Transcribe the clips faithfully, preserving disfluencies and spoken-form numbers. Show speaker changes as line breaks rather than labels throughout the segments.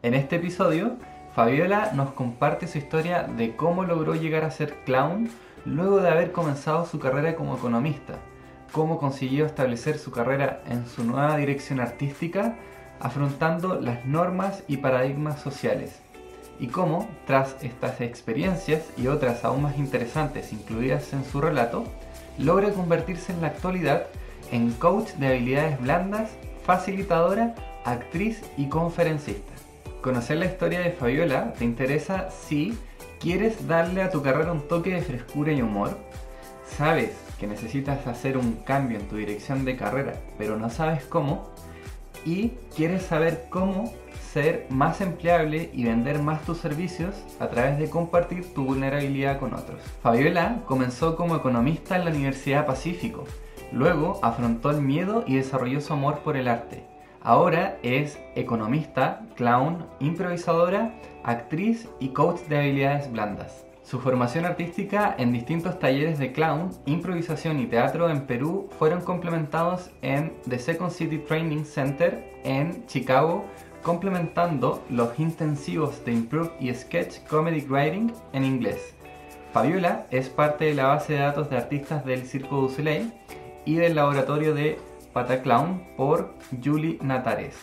En este episodio, Fabiola nos comparte su historia de cómo logró llegar a ser clown luego de haber comenzado su carrera como economista, cómo consiguió establecer su carrera en su nueva dirección artística, afrontando las normas y paradigmas sociales, y cómo, tras estas experiencias y otras aún más interesantes incluidas en su relato, logra convertirse en la actualidad en coach de habilidades blandas, facilitadora, actriz y conferencista. Conocer la historia de Fabiola te interesa si quieres darle a tu carrera un toque de frescura y humor, sabes que necesitas hacer un cambio en tu dirección de carrera pero no sabes cómo, y quieres saber cómo ser más empleable y vender más tus servicios a través de compartir tu vulnerabilidad con otros. Fabiola comenzó como economista en la Universidad Pacífico, luego afrontó el miedo y desarrolló su amor por el arte. Ahora es economista, clown, improvisadora, actriz y coach de habilidades blandas. Su formación artística en distintos talleres de clown, improvisación y teatro en Perú fueron complementados en The Second City Training Center en Chicago, complementando los intensivos de Improv y Sketch Comedy Writing en inglés. Fabiola es parte de la base de datos de artistas del Circo du Soleil y del laboratorio de Pataclown por Julie Natares,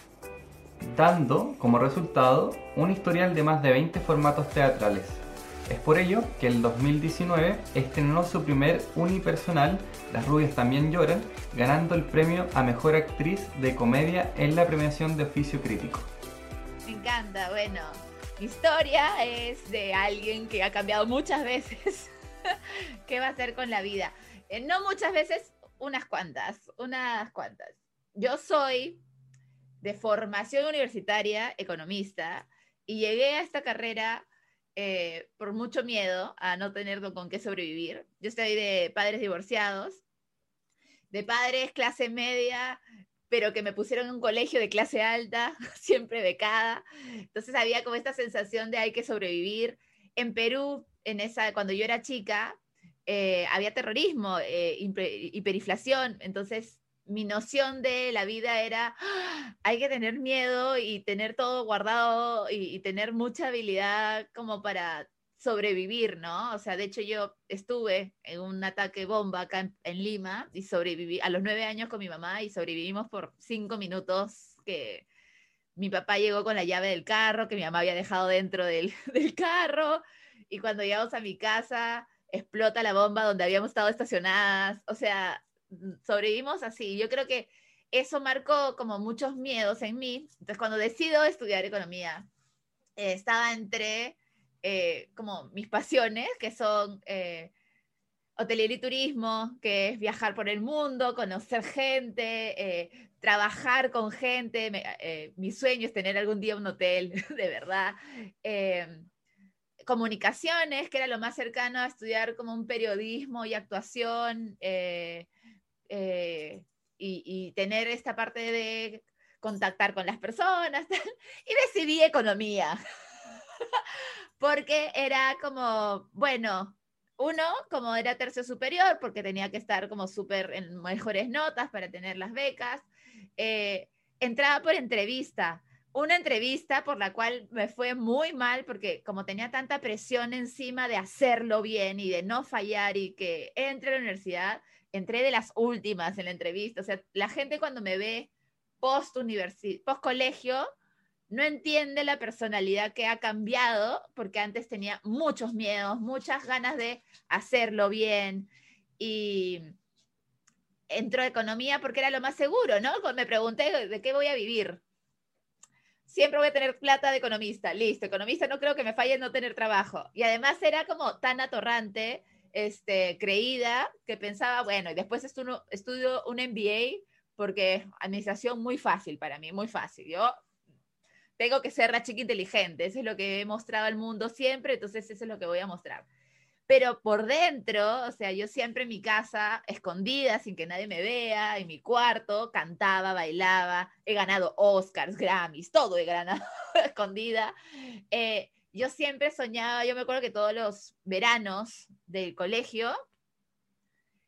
dando como resultado un historial de más de veinte formatos teatrales. Es por ello que en dos mil diecinueve estrenó su primer unipersonal, Las rubias también lloran, ganando el premio a Mejor Actriz de Comedia en la premiación de Oficio Crítico.
Me encanta, bueno, mi historia es de alguien que ha cambiado muchas veces qué va a hacer con la vida. Eh, no muchas veces, unas cuantas, unas cuantas. Yo soy de formación universitaria, economista, y llegué a esta carrera eh, por mucho miedo a no tener con qué sobrevivir. Yo estoy de padres divorciados, de padres clase media, pero que me pusieron en un colegio de clase alta, siempre becada. Entonces había como esta sensación de hay que sobrevivir. En Perú, en esa, cuando yo era chica, eh, había terrorismo, eh, hiperinflación, entonces mi noción de la vida era ¡ah! Hay que tener miedo y tener todo guardado y, y tener mucha habilidad como para sobrevivir, ¿no? O sea, de hecho yo estuve en un ataque bomba acá en, en Lima y sobreviví a los nueve años con mi mamá y sobrevivimos por cinco minutos que mi papá llegó con la llave del carro que mi mamá había dejado dentro del, del carro, y cuando llegamos a mi casa explota la bomba donde habíamos estado estacionadas. O sea, sobrevivimos así. Yo creo que eso marcó como muchos miedos en mí. Entonces, cuando decido estudiar economía, eh, estaba entre eh, como mis pasiones, que son eh, hotelería y turismo, que es viajar por el mundo, conocer gente, eh, trabajar con gente. Me, eh, mi sueño es tener algún día un hotel, de verdad. Eh, comunicaciones, que era lo más cercano a estudiar como un periodismo y actuación, eh, eh, y, y tener esta parte de contactar con las personas, y decidí economía, porque era como, bueno, uno, como era tercio superior, porque tenía que estar como súper en mejores notas para tener las becas, eh, entraba por entrevista, una entrevista por la cual me fue muy mal, porque como tenía tanta presión encima de hacerlo bien y de no fallar y que entre a la universidad, entré de las últimas en la entrevista. O sea, la gente cuando me ve post, post colegio no entiende la personalidad que ha cambiado, porque antes tenía muchos miedos, muchas ganas de hacerlo bien, y entró a economía porque era lo más seguro, ¿no? Me pregunté de qué voy a vivir. Siempre voy a tener plata de economista, listo, economista no creo que me falle no tener trabajo. Y además era como tan atorrante, este, creída, que pensaba, bueno, y después estudio, estudio un M B A, porque administración muy fácil para mí, muy fácil. Yo tengo que ser la chica inteligente, eso es lo que he mostrado al mundo siempre, entonces eso es lo que voy a mostrar. Pero por dentro, o sea, yo siempre en mi casa, escondida, sin que nadie me vea, en mi cuarto, cantaba, bailaba, he ganado Oscars, Grammys, todo he ganado escondida. Eh, yo siempre soñaba, yo me acuerdo que todos los veranos del colegio,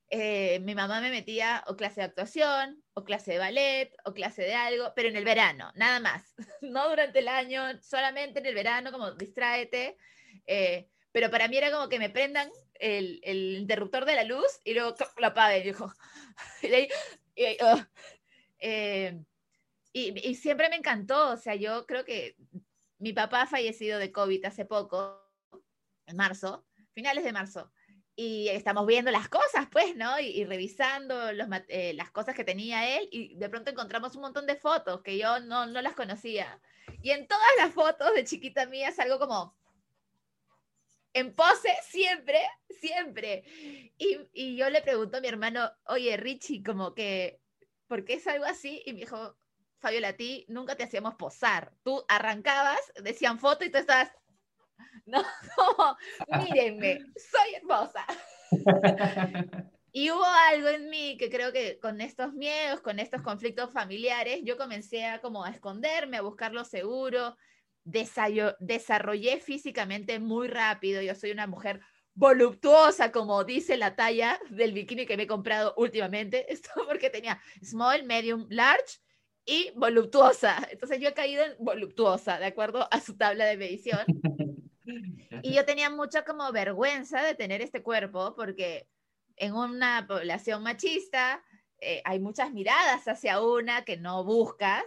eh, mi mamá me metía o clase de actuación, o clase de ballet, o clase de algo, pero en el verano, nada más. No durante el año, solamente en el verano, como distráete. Eh, pero para mí era como que me prendan el, el interruptor de la luz y luego lo apaguen. Y, dijo, y, ahí, y, uh, eh, y, y siempre me encantó. O sea, yo creo que mi papá ha fallecido de COVID hace poco, en marzo, finales de marzo. Y estamos viendo las cosas, pues, ¿no? Y, y revisando los, eh, las cosas que tenía él y de pronto encontramos un montón de fotos que yo no, no las conocía. Y en todas las fotos de chiquita mía salgo como en pose, siempre, siempre. Y, y yo le pregunto a mi hermano, oye, Richie, como que, ¿por qué es algo así? Y me dijo, Fabiola, a ti nunca te hacíamos posar. Tú arrancabas, decían foto y tú estabas... No, como, mírenme, soy hermosa. Y hubo algo en mí que creo que con estos miedos, con estos conflictos familiares, yo comencé a como a esconderme, a buscar lo seguro, desarrollé físicamente muy rápido, yo soy una mujer voluptuosa, como dice la talla del bikini que me he comprado últimamente, esto porque tenía small, medium, large y voluptuosa, entonces yo he caído en voluptuosa, de acuerdo a su tabla de medición. Y yo tenía mucha como vergüenza de tener este cuerpo porque en una población machista eh, hay muchas miradas hacia una que no buscas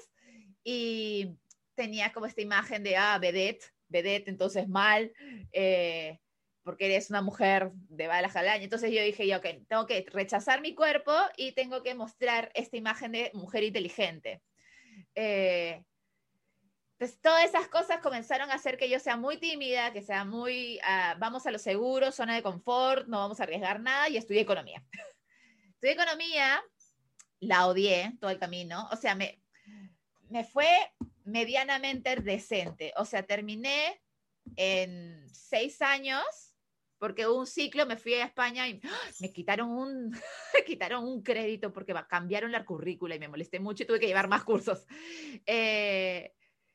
y tenía como esta imagen de, ah, vedette, vedette, entonces mal, eh, porque eres una mujer de balas al año. Entonces yo dije, yo, ok, tengo que rechazar mi cuerpo y tengo que mostrar esta imagen de mujer inteligente. Eh, Entonces, todas esas cosas comenzaron a hacer que yo sea muy tímida, que sea muy, uh, vamos a lo seguro, zona de confort, no vamos a arriesgar nada, y estudié economía. Estudié economía, la odié todo el camino, o sea, me, me fue medianamente decente, o sea, terminé en seis años, porque un ciclo me fui a España y ¡oh! me quitaron un, me quitaron un crédito porque cambiaron la currícula y me molesté mucho y tuve que llevar más cursos. Eh,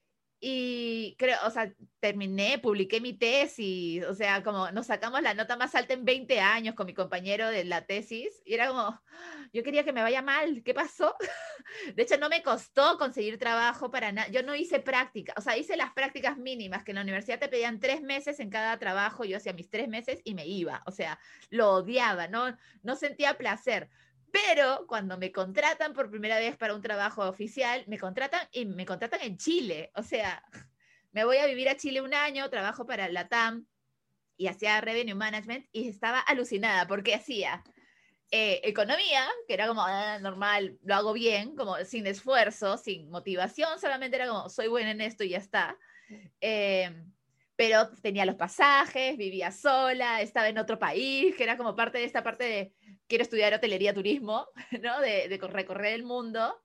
Y creo, o sea, terminé, publiqué mi tesis, o sea, como nos sacamos la nota más alta en veinte años con mi compañero de la tesis, y era como, yo quería que me vaya mal, ¿qué pasó? De hecho, no me costó conseguir trabajo para nada, yo no hice práctica, o sea, hice las prácticas mínimas, que en la universidad te pedían tres meses en cada trabajo, yo hacía mis tres meses y me iba, o sea, lo odiaba, no, no sentía placer. Pero cuando me contratan por primera vez para un trabajo oficial, me contratan y me contratan en Chile. O sea, me voy a vivir a Chile un año, trabajo para la T A M y hacía Revenue Management y estaba alucinada porque hacía eh, economía, que era como ah, normal, lo hago bien, como sin esfuerzo, sin motivación, solamente era como soy buena en esto y ya está. Eh, pero tenía los pasajes, vivía sola, estaba en otro país, que era como parte de esta parte de quiero estudiar hotelería turismo, ¿no? De, de recorrer el mundo.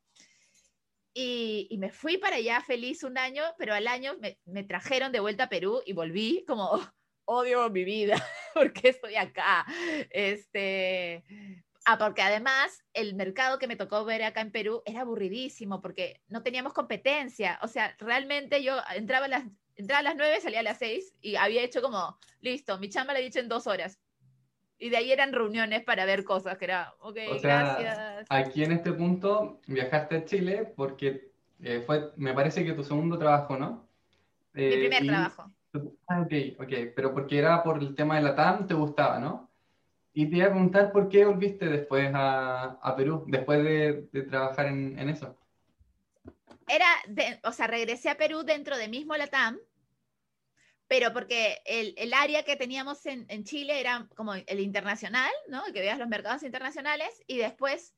Y, y, me fui para allá feliz un año, pero al año me, me trajeron de vuelta a Perú y volví como, oh, odio mi vida, ¿por qué estoy acá? Este, ah, porque además el mercado que me tocó ver acá en Perú era aburridísimo porque no teníamos competencia. O sea, realmente yo entraba a las, entraba a las nueve, salía a las seis y había hecho como, listo, mi chamba la he dicho en dos horas. Y de ahí eran reuniones para ver cosas, que era, ok,
O sea,
gracias.
aquí en este punto viajaste a Chile porque eh, fue, me parece que tu segundo trabajo, ¿no?
Mi
Eh,
primer
y,
trabajo.
ah, ok, ok, pero porque era por el tema de la T A M, te gustaba, ¿no? Y te iba a preguntar por qué volviste después a, a Perú, después de, de trabajar en, en eso.
Era, de, o sea, regresé a Perú dentro de mismo la T A M, pero porque el, el área que teníamos en, en Chile era como el internacional, ¿no? Que veas los mercados internacionales, y después,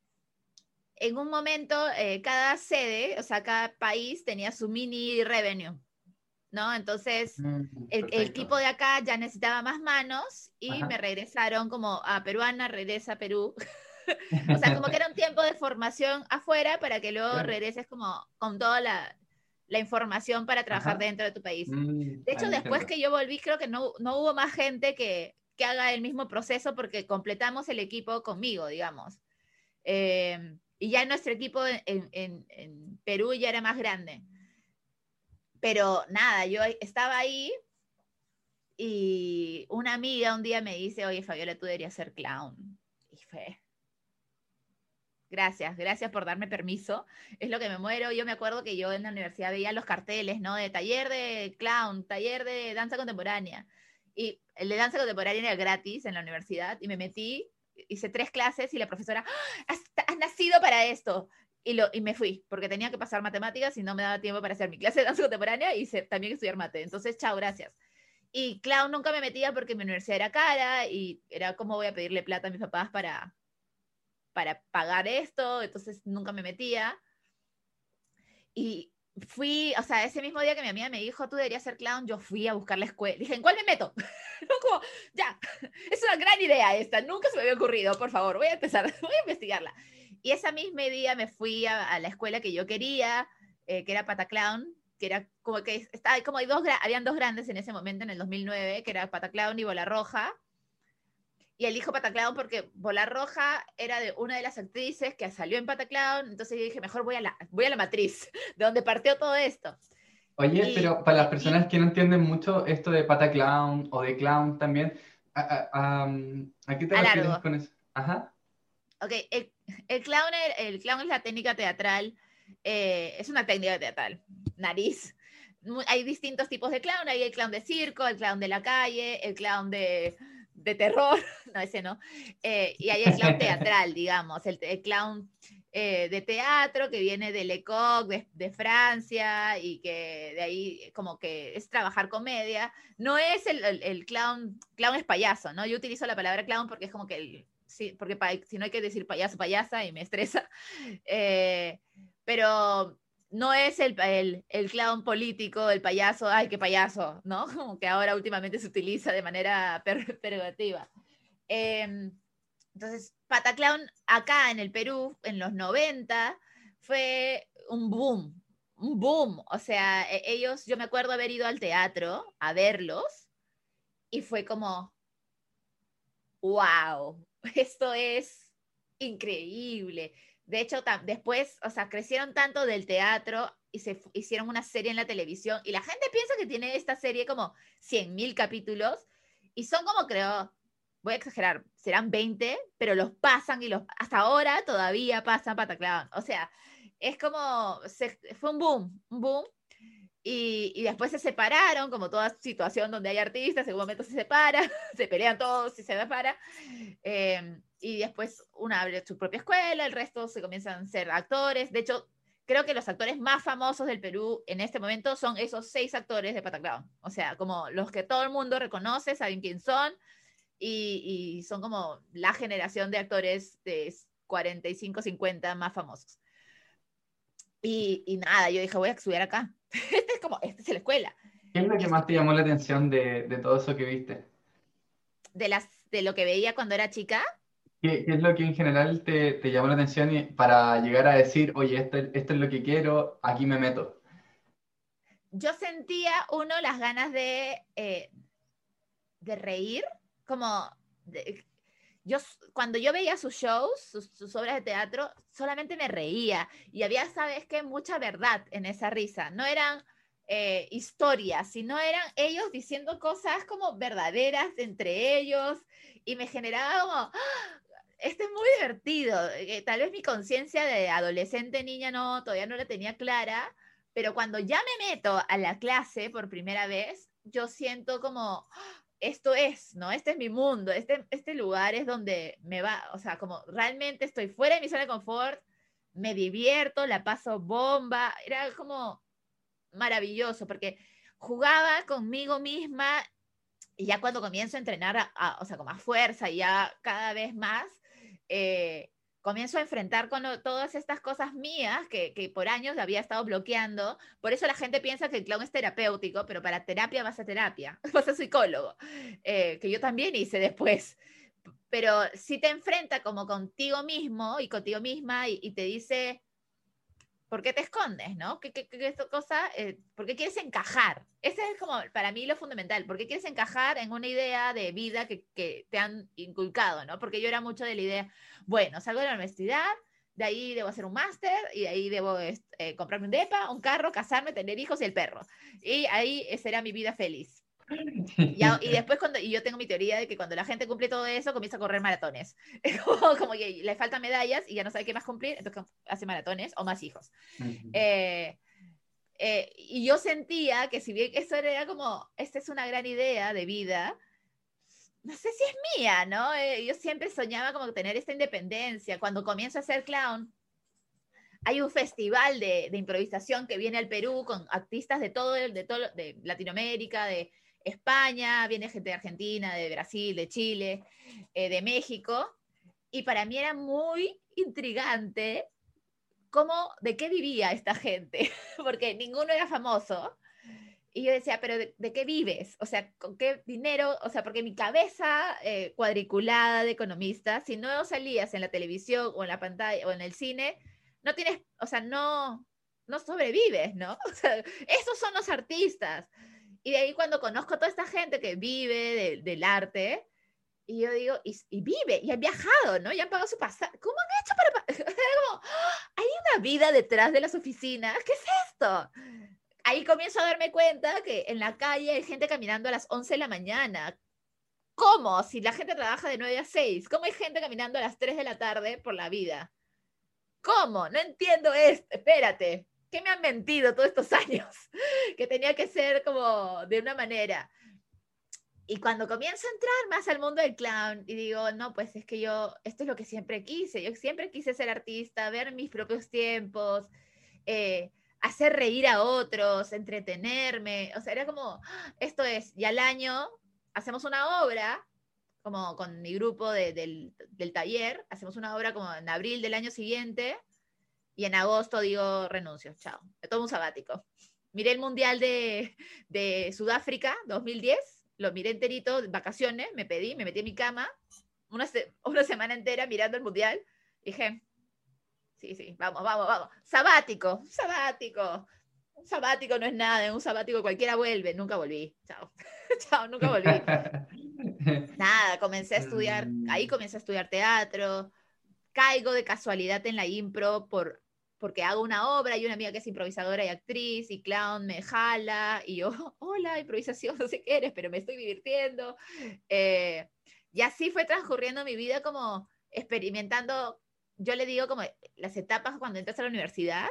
en un momento, eh, cada sede, o sea, cada país tenía su mini revenue, ¿no? Entonces,
Mm,
el, el
perfecto.
tipo de acá ya necesitaba más manos y me
Ajá.
regresaron como a peruana, regresa a Perú. O sea, como que era un tiempo de formación afuera para que luego
Claro.
regreses como con toda la, la información para trabajar
Ajá.
dentro de tu país.
Mm,
De hecho,
ahí
después
entiendo.
que yo volví, creo que no, no hubo más gente que, que haga el mismo proceso porque completamos el equipo conmigo, digamos. Eh, y ya nuestro equipo en, en, en Perú ya era más grande. Pero nada, yo estaba ahí y una amiga un día me dice, oye, Fabiola, tú deberías ser clown. fue. Gracias, gracias por darme permiso. Es lo que me muero. Yo me acuerdo que yo en la universidad veía los carteles, ¿no? De taller de clown, taller de danza contemporánea. Y el de danza contemporánea era gratis en la universidad y me metí, hice tres clases y la profesora, ¡ah! has, has nacido para esto. Y, lo, y me fui, porque tenía que pasar matemáticas y no me daba tiempo para hacer mi clase de danza contemporánea y hice, también estudiar mate. Entonces, chao, gracias. Y clown nunca me metía porque mi universidad era cara y era como voy a pedirle plata a mis papás para, para pagar esto, entonces nunca me metía. Y fui, o sea, ese mismo día que mi amiga me dijo, tú deberías ser clown, yo fui a buscar la escuela. Dije, ¿en cuál me meto? No, como, ya, es una gran idea esta, nunca se me había ocurrido, por favor, voy a empezar, voy a investigarla. Y ese mismo día me fui a, a la escuela que yo quería, eh, que era Pataclown, que era como que estaba, como hay dos, habían dos grandes en ese momento, en el dos mil nueve, que era Pataclown y Bola Roja. Y elijo Pataclown porque Bola Roja era de una de las actrices que salió en Pataclown, entonces yo dije, mejor voy a la, voy a la matriz, de donde partió todo esto.
Oye,
Y,
pero para las
y,
personas
y,
que no entienden mucho esto de Pataclown o de clown también, ¿a, a, a, ¿a qué te
a
refieres
largo.
con eso? Ajá.
Ok, el, el, clown, el, el clown es la técnica teatral, eh, es una técnica teatral, nariz. Hay distintos tipos de clown, hay el clown de circo, el clown de la calle, el clown de, de terror, no, ese no, eh, y hay el clown teatral, digamos, el, el clown eh, de teatro que viene de Lecoq, de, de Francia, y que de ahí como que es trabajar comedia. No es el, el, el clown, clown es payaso, ¿no? Yo utilizo la palabra clown porque es como que el... Sí, porque pa, si no hay que decir payaso, payasa y me estresa. Eh, pero no es el, el, el clown político, el payaso, ay, qué payaso, ¿no? Como que ahora últimamente se utiliza de manera per, perorativa. Eh, entonces, Pataclown acá en el Perú, en los noventa, fue un boom, un boom. O sea, ellos, yo me acuerdo haber ido al teatro a verlos y fue como, wow, esto es increíble. De hecho, después, o sea, crecieron tanto del teatro y se hicieron una serie en la televisión y la gente piensa que tiene esta serie como cien mil capítulos y son como, creo, voy a exagerar, serán veinte, pero los pasan y los, hasta ahora todavía pasan Pataclown. O sea, es como, se, fue un boom, un boom. Y, y después se separaron, como toda situación donde hay artistas, en un momento se separa, se pelean todos y se separa. Eh, y después una abre su propia escuela, el resto se comienzan a ser actores. De hecho, creo que los actores más famosos del Perú en este momento son esos seis actores de Pataclown. O sea, como los que todo el mundo reconoce, saben quién son, y, y son como la generación de actores de cuarenta y cinco, cincuenta más famosos. Y, y nada, yo dije, voy a estudiar acá. Este es como, esta es la escuela.
¿Qué es lo que
Y
más te
estudié.
llamó la atención de, de todo eso que viste?
De, las, de lo que veía cuando era chica,
¿Qué, qué es lo que en general te, te llamó la atención y- para llegar a decir, oye, esto, esto es lo que quiero, aquí me meto?
yo sentía, uno, las ganas de, eh, de reír, como... De, yo, cuando yo veía sus shows, sus, sus, obras de teatro, solamente me reía. Y había, ¿sabes qué? Mucha verdad en esa risa. No eran eh, historias, sino eran ellos diciendo cosas como verdaderas entre ellos. Y me generaba como, ¡ah! Este es muy divertido. Eh, tal vez mi conciencia de adolescente, niña, no, todavía no la tenía clara. Pero cuando ya me meto a la clase por primera vez, yo siento como... esto es, ¿no? Este es mi mundo, este, este lugar es donde me va, o sea, como realmente estoy fuera de mi zona de confort, me divierto, la paso bomba, era como maravilloso, porque jugaba conmigo misma y ya cuando comienzo a entrenar, a, a, o sea, con más fuerza y ya cada vez más, eh, comienzo a enfrentar con lo, todas estas cosas mías que, que por años había estado bloqueando. Por eso la gente piensa que el clown es terapéutico, pero para terapia vas a terapia, vas a psicólogo, eh, que yo también hice después. Pero si te enfrenta como contigo mismo y contigo misma y, y te dice, ¿por qué te escondes, no? ¿Qué, qué, qué cosa? Eh, ¿Por qué quieres encajar? Ese es como para mí lo fundamental. ¿Por qué quieres encajar en una idea de vida que, que te han inculcado, no? Porque yo era mucho de la idea, bueno, salgo de la universidad, de ahí debo hacer un máster y de ahí debo eh, comprarme un depa, un carro, casarme, tener hijos y el perro. Y ahí será mi vida feliz. Y, a- y después cuando, y yo tengo mi teoría de que cuando la gente cumple todo eso, comienza a correr maratones. Es como, como que le faltan medallas y ya no sabe qué más cumplir, entonces hace maratones o más hijos.
Ujú.
Eh, eh, y yo sentía que si bien eso era como, esta es una gran idea de vida, no sé si es mía, ¿no? Eh, yo siempre soñaba como tener esta independencia. Cuando comienzo a ser clown, hay un festival de, de improvisación que viene al Perú con artistas de todo, el- de todo, de Latinoamérica, de España, viene gente de Argentina, de Brasil, de Chile, eh, de México, y para mí era muy intrigante cómo, de qué vivía esta gente, porque ninguno era famoso, y yo decía, pero ¿de, de qué vives? O sea, ¿con qué dinero? O sea, porque mi cabeza eh, cuadriculada de economista, si no salías en la televisión o en la pantalla o en el cine, no tienes, o sea, no, no sobrevives, ¿no? O sea, esos son los artistas. Y de ahí cuando conozco a toda esta gente que vive de, del arte, y yo digo, y, y, vive, y han viajado, ¿no? Y han pagado su pasaje. ¿Cómo han hecho para...? O sea, como, hay una vida detrás de las oficinas. ¿Qué es esto? Ahí comienzo a darme cuenta que en la calle hay gente caminando a las once de la mañana. ¿Cómo? Si la gente trabaja de nueve a seis, ¿cómo hay gente caminando a las tres de la tarde por la vida? ¿Cómo? No entiendo esto. Espérate. ¿Qué me han mentido todos estos años? Que tenía que ser como de una manera. Y cuando comienzo a entrar más al mundo del clown y digo, no, pues es que yo, esto es lo que siempre quise. Yo siempre quise ser artista, ver mis propios tiempos, eh, hacer reír a otros, entretenerme. O sea, era como, esto es, y al año hacemos una obra, como con mi grupo de, del, del taller, hacemos una obra como en abril del año siguiente y en agosto digo, renuncio, chao, me tomo un sabático. Miré el Mundial de, de Sudáfrica dos mil diez, lo miré enterito, vacaciones, me pedí, me metí en mi cama, una, se una semana entera mirando el Mundial, dije, sí, sí, vamos, vamos, vamos. Sabático, sabático. Un sabático no es nada, en un sabático cualquiera vuelve. Nunca volví. Chao. Chao, nunca volví. Nada, comencé a estudiar, ahí
Mm.
comencé a estudiar teatro, caigo de casualidad en la impro por, porque hago una obra y una amiga que es improvisadora y actriz y clown me jala y yo, hola, improvisación, no sé qué eres, pero me estoy divirtiendo. Eh, y así fue transcurriendo mi vida como experimentando, yo le digo como las etapas cuando entras a la universidad,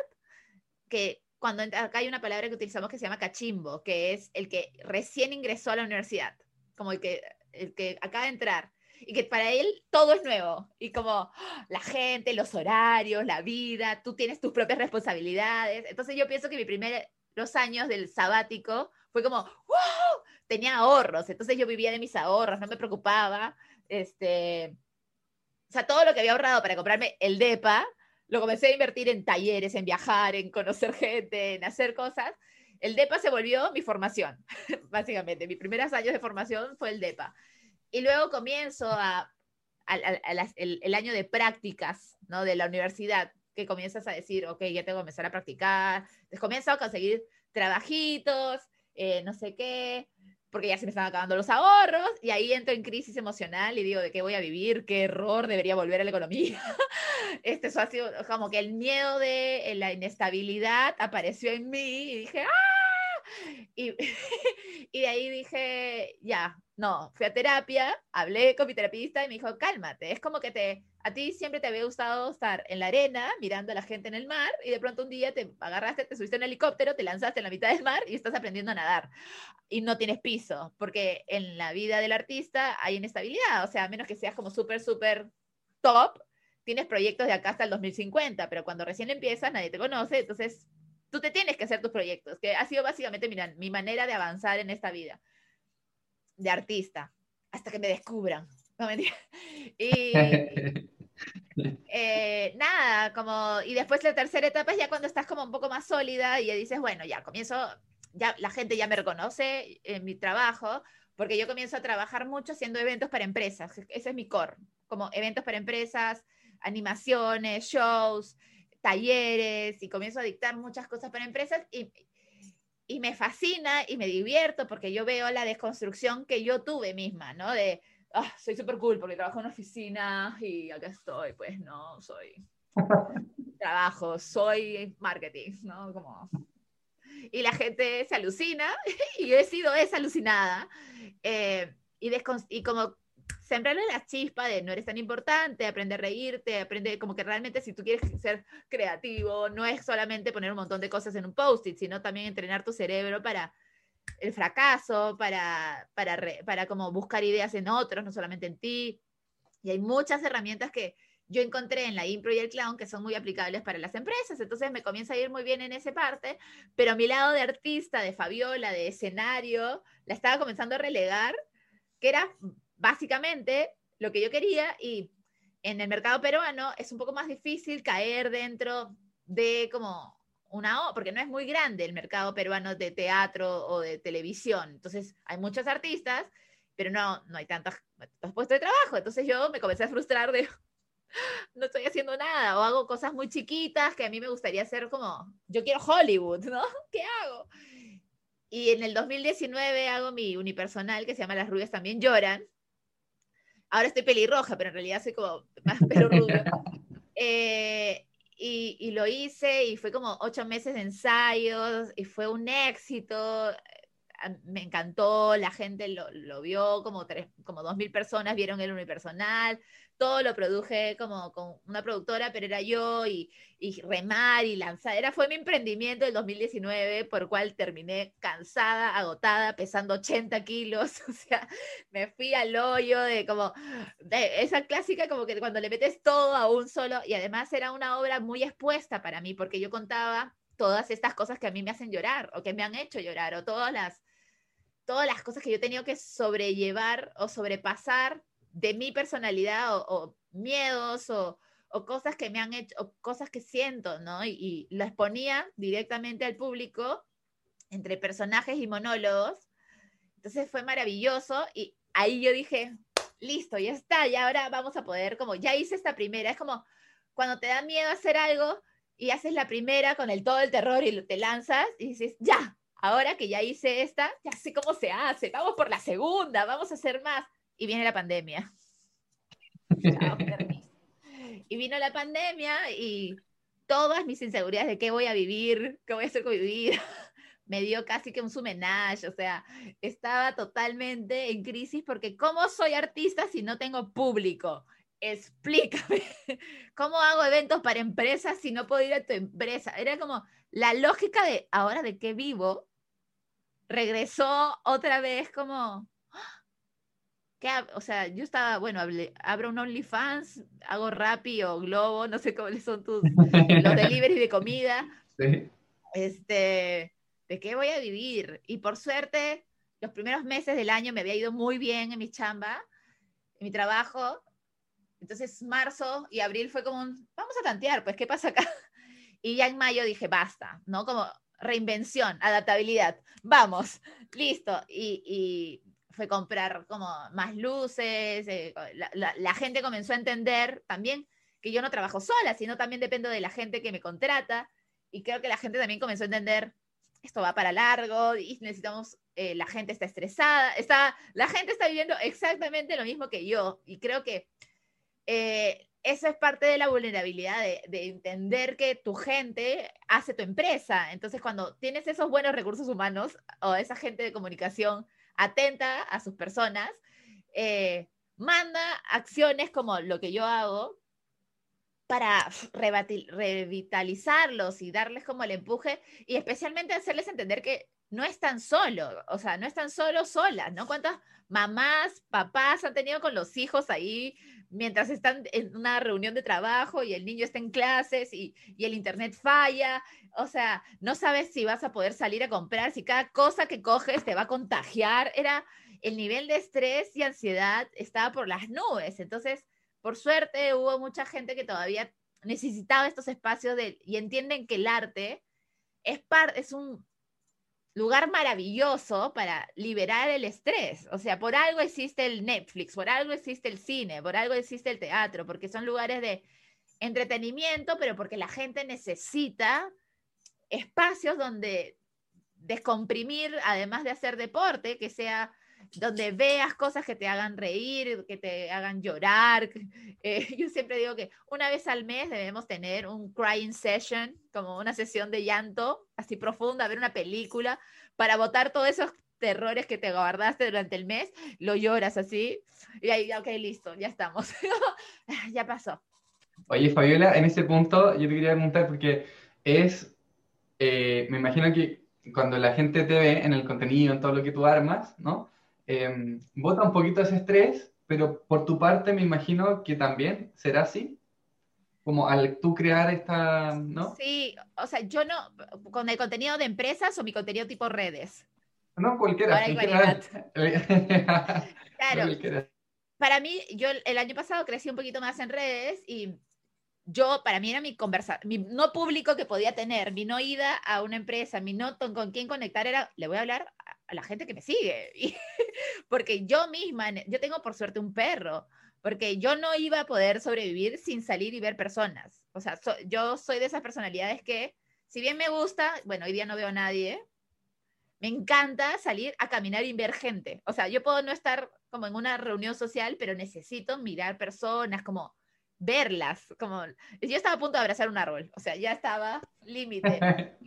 que cuando entra, acá hay una palabra que utilizamos que se llama cachimbo, que es el que recién ingresó a la universidad, como el que, el que acaba de entrar, y que para él todo es nuevo, y como la gente, los horarios, la vida, tú tienes tus propias responsabilidades. Entonces yo pienso que mi primer, los años del sabático fue como, wow, tenía ahorros, entonces yo vivía de mis ahorros, no me preocupaba, este, o sea, todo lo que había ahorrado para comprarme el DEPA, lo comencé a invertir en talleres, en viajar, en conocer gente, en hacer cosas. El DEPA se volvió mi formación, básicamente. Mis primeros años de formación fue el DEPA. Y luego comienzo a, a, a, a las, el, el, año de prácticas, ¿no? De la universidad, que comienzas a decir, ok, ya tengo que empezar a practicar. Entonces comienzo a conseguir trabajitos, eh, no sé qué, porque ya se me están acabando los ahorros, y ahí entro en crisis emocional y digo, ¿de qué voy a vivir? ¿Qué error? Debería volver a la economía. Este, eso ha sido como que el miedo de la inestabilidad apareció en mí y dije, ¡ah! Y, y de ahí dije, ya, no, fui a terapia, hablé con mi terapista y me dijo, cálmate, es como que te, a ti siempre te había gustado estar en la arena mirando a la gente en el mar y de pronto un día te agarraste, te subiste en un helicóptero, te lanzaste en la mitad del mar y estás aprendiendo a nadar y no tienes piso, porque en la vida del artista hay inestabilidad, o sea, a menos que seas como súper, súper top, tienes proyectos de acá hasta el dos mil cincuenta, pero cuando recién empiezas nadie te conoce, entonces tú te tienes que hacer tus proyectos, que ha sido básicamente mi, mi manera de avanzar en esta vida de artista, hasta que me descubran. No, mentira. Y eh, nada, como, y después la tercera etapa es ya cuando estás como un poco más sólida y ya dices, bueno, ya comienzo, ya la gente ya me reconoce en mi trabajo, porque yo comienzo a trabajar mucho haciendo eventos para empresas, ese es mi core, como eventos para empresas, animaciones, shows, talleres, y comienzo a dictar muchas cosas para empresas y, y me fascina y me divierto porque yo veo la desconstrucción que yo tuve misma, ¿no? De, oh, soy súper cool porque trabajo en una oficina y acá estoy, pues no, soy trabajo, soy marketing, ¿no? Como y la gente se alucina, y yo he sido esa alucinada. Eh, y, y como sembrarle la chispa de no eres tan importante, aprende a reírte, aprende como que realmente si tú quieres ser creativo, no es solamente poner un montón de cosas en un post-it, sino también entrenar tu cerebro para el fracaso, para, para, re, para como buscar ideas en otros, no solamente en ti. Y hay muchas herramientas que yo encontré en la impro y el clown que son muy aplicables para las empresas, entonces me comienza a ir muy bien en esa parte, pero mi lado de artista, de Fabiola, de escenario, la estaba comenzando a relegar, que era básicamente lo que yo quería, y en el mercado peruano es un poco más difícil caer dentro de como una O, porque no es muy grande el mercado peruano de teatro o de televisión, entonces hay muchos artistas, pero no, no hay tantos, tantos puestos de trabajo, entonces yo me comencé a frustrar de no estoy haciendo nada, o hago cosas muy chiquitas que a mí me gustaría hacer como, yo quiero Hollywood, ¿no? ¿Qué hago? Y en el dos mil diecinueve hago mi unipersonal que se llama Las rubias también lloran. Ahora estoy pelirroja, pero en realidad soy como más pelo rubio. Eh, y, y lo hice y fue como ocho meses de ensayos y fue un éxito. Me encantó, la gente lo, lo vio, como, tres, como dos mil personas vieron el unipersonal, todo lo produje como con una productora, pero era yo, y, y remar y lanzar, era, fue mi emprendimiento del dos mil diecinueve, por el cual terminé cansada, agotada, pesando ochenta kilos, o sea, me fui al hoyo de como, de esa clásica como que cuando le metes todo a un solo, y además era una obra muy expuesta para mí, porque yo contaba todas estas cosas que a mí me hacen llorar, o que me han hecho llorar, o todas las todas las cosas que yo he tenido que sobrellevar o sobrepasar de mi personalidad, o, o miedos, o, o cosas que me han hecho, o cosas que siento, ¿no? Y, y lo exponía directamente al público, entre personajes y monólogos. Entonces fue maravilloso, y ahí yo dije, listo, ya está, y ahora vamos a poder, como, ya hice esta primera, es como cuando te da miedo hacer algo, y haces la primera con el todo el terror, y te lanzas, y dices, ya, ahora que ya hice esta, ya sé cómo se hace, vamos por la segunda, vamos a hacer más. Y viene la pandemia. Chao, permiso. Y vino la pandemia y todas mis inseguridades de qué voy a vivir, qué voy a hacer con mi vida, me dio casi que un sumenage, o sea, estaba totalmente en crisis porque ¿cómo soy artista si no tengo público? Explícame, ¿cómo hago eventos para empresas si no puedo ir a tu empresa? Era como la lógica de ahora de qué vivo, regresó otra vez como, ¿qué? O sea, yo estaba, bueno, hablé, abro un OnlyFans, hago Rappi o Globo, no sé cuáles son tus, los deliveries de comida.
Sí.
Este, ¿de qué voy a vivir? Y por suerte, los primeros meses del año me había ido muy bien en mi chamba, en mi trabajo. Entonces, marzo y abril fue como un, vamos a tantear, pues, ¿qué pasa acá? Y ya en mayo dije, basta, ¿no? Como reinvención, adaptabilidad, vamos, listo. Y, y fue comprar como más luces, eh, la, la, la gente comenzó a entender también que yo no trabajo sola, sino también dependo de la gente que me contrata, y creo que la gente también comenzó a entender, esto va para largo, y necesitamos, eh, la gente está estresada, está, la gente está viviendo exactamente lo mismo que yo, y creo que eh, eso es parte de la vulnerabilidad, de, de entender que tu gente hace tu empresa. Entonces, cuando tienes esos buenos recursos humanos o esa gente de comunicación atenta a sus personas, eh, manda acciones como lo que yo hago para revitalizarlos y darles como el empuje, y especialmente hacerles entender que no están solos, o sea, no están solos, solas, ¿no? ¿Cuántas mamás, papás han tenido con los hijos ahí mientras están en una reunión de trabajo y el niño está en clases y, y el internet falla? O sea, no sabes si vas a poder salir a comprar, si cada cosa que coges te va a contagiar. Era el nivel de estrés y ansiedad estaba por las nubes. Entonces, por suerte, hubo mucha gente que todavía necesitaba estos espacios de, y entienden que el arte es, par, es un lugar maravilloso para liberar el estrés. O sea, por algo existe el Netflix, por algo existe el cine, por algo existe el teatro, porque son lugares de entretenimiento, pero porque la gente necesita espacios donde descomprimir, además de hacer deporte, que sea donde veas cosas que te hagan reír, que te hagan llorar. Eh, yo siempre digo que una vez al mes debemos tener un crying session, como una sesión de llanto, así profunda, ver una película, para botar todos esos terrores que te guardaste durante el mes, lo lloras así, y ahí, ok, listo, ya estamos. Ya pasó.
Oye, Fabiola, en ese punto yo te quería preguntar porque es, eh, me imagino que cuando la gente te ve en el contenido, en todo lo que tú armas, ¿no? Eh, bota un poquito ese estrés, pero por tu parte me imagino que también será así, como al tú crear esta, ¿no?
Sí, o sea, yo no, con el contenido de empresas o mi contenido tipo redes.
No, cualquiera,
Ahora hay
en
variedad.
general. No
Claro,
cualquiera.
para mí, yo el año pasado crecí un poquito más en redes y yo, para mí era mi conversa, mi no público que podía tener, mi no ida a una empresa, mi no con quién conectar era, le voy a hablar a la gente que me sigue. Y, porque yo misma, yo tengo por suerte un perro, porque yo no iba a poder sobrevivir sin salir y ver personas. O sea, so, yo soy de esas personalidades que, si bien me gusta, bueno, hoy día no veo a nadie, me encanta salir a caminar y ver gente. O sea, yo puedo no estar como en una reunión social, pero necesito mirar personas, como verlas. Como yo estaba a punto de abrazar un árbol, o sea, ya estaba límite.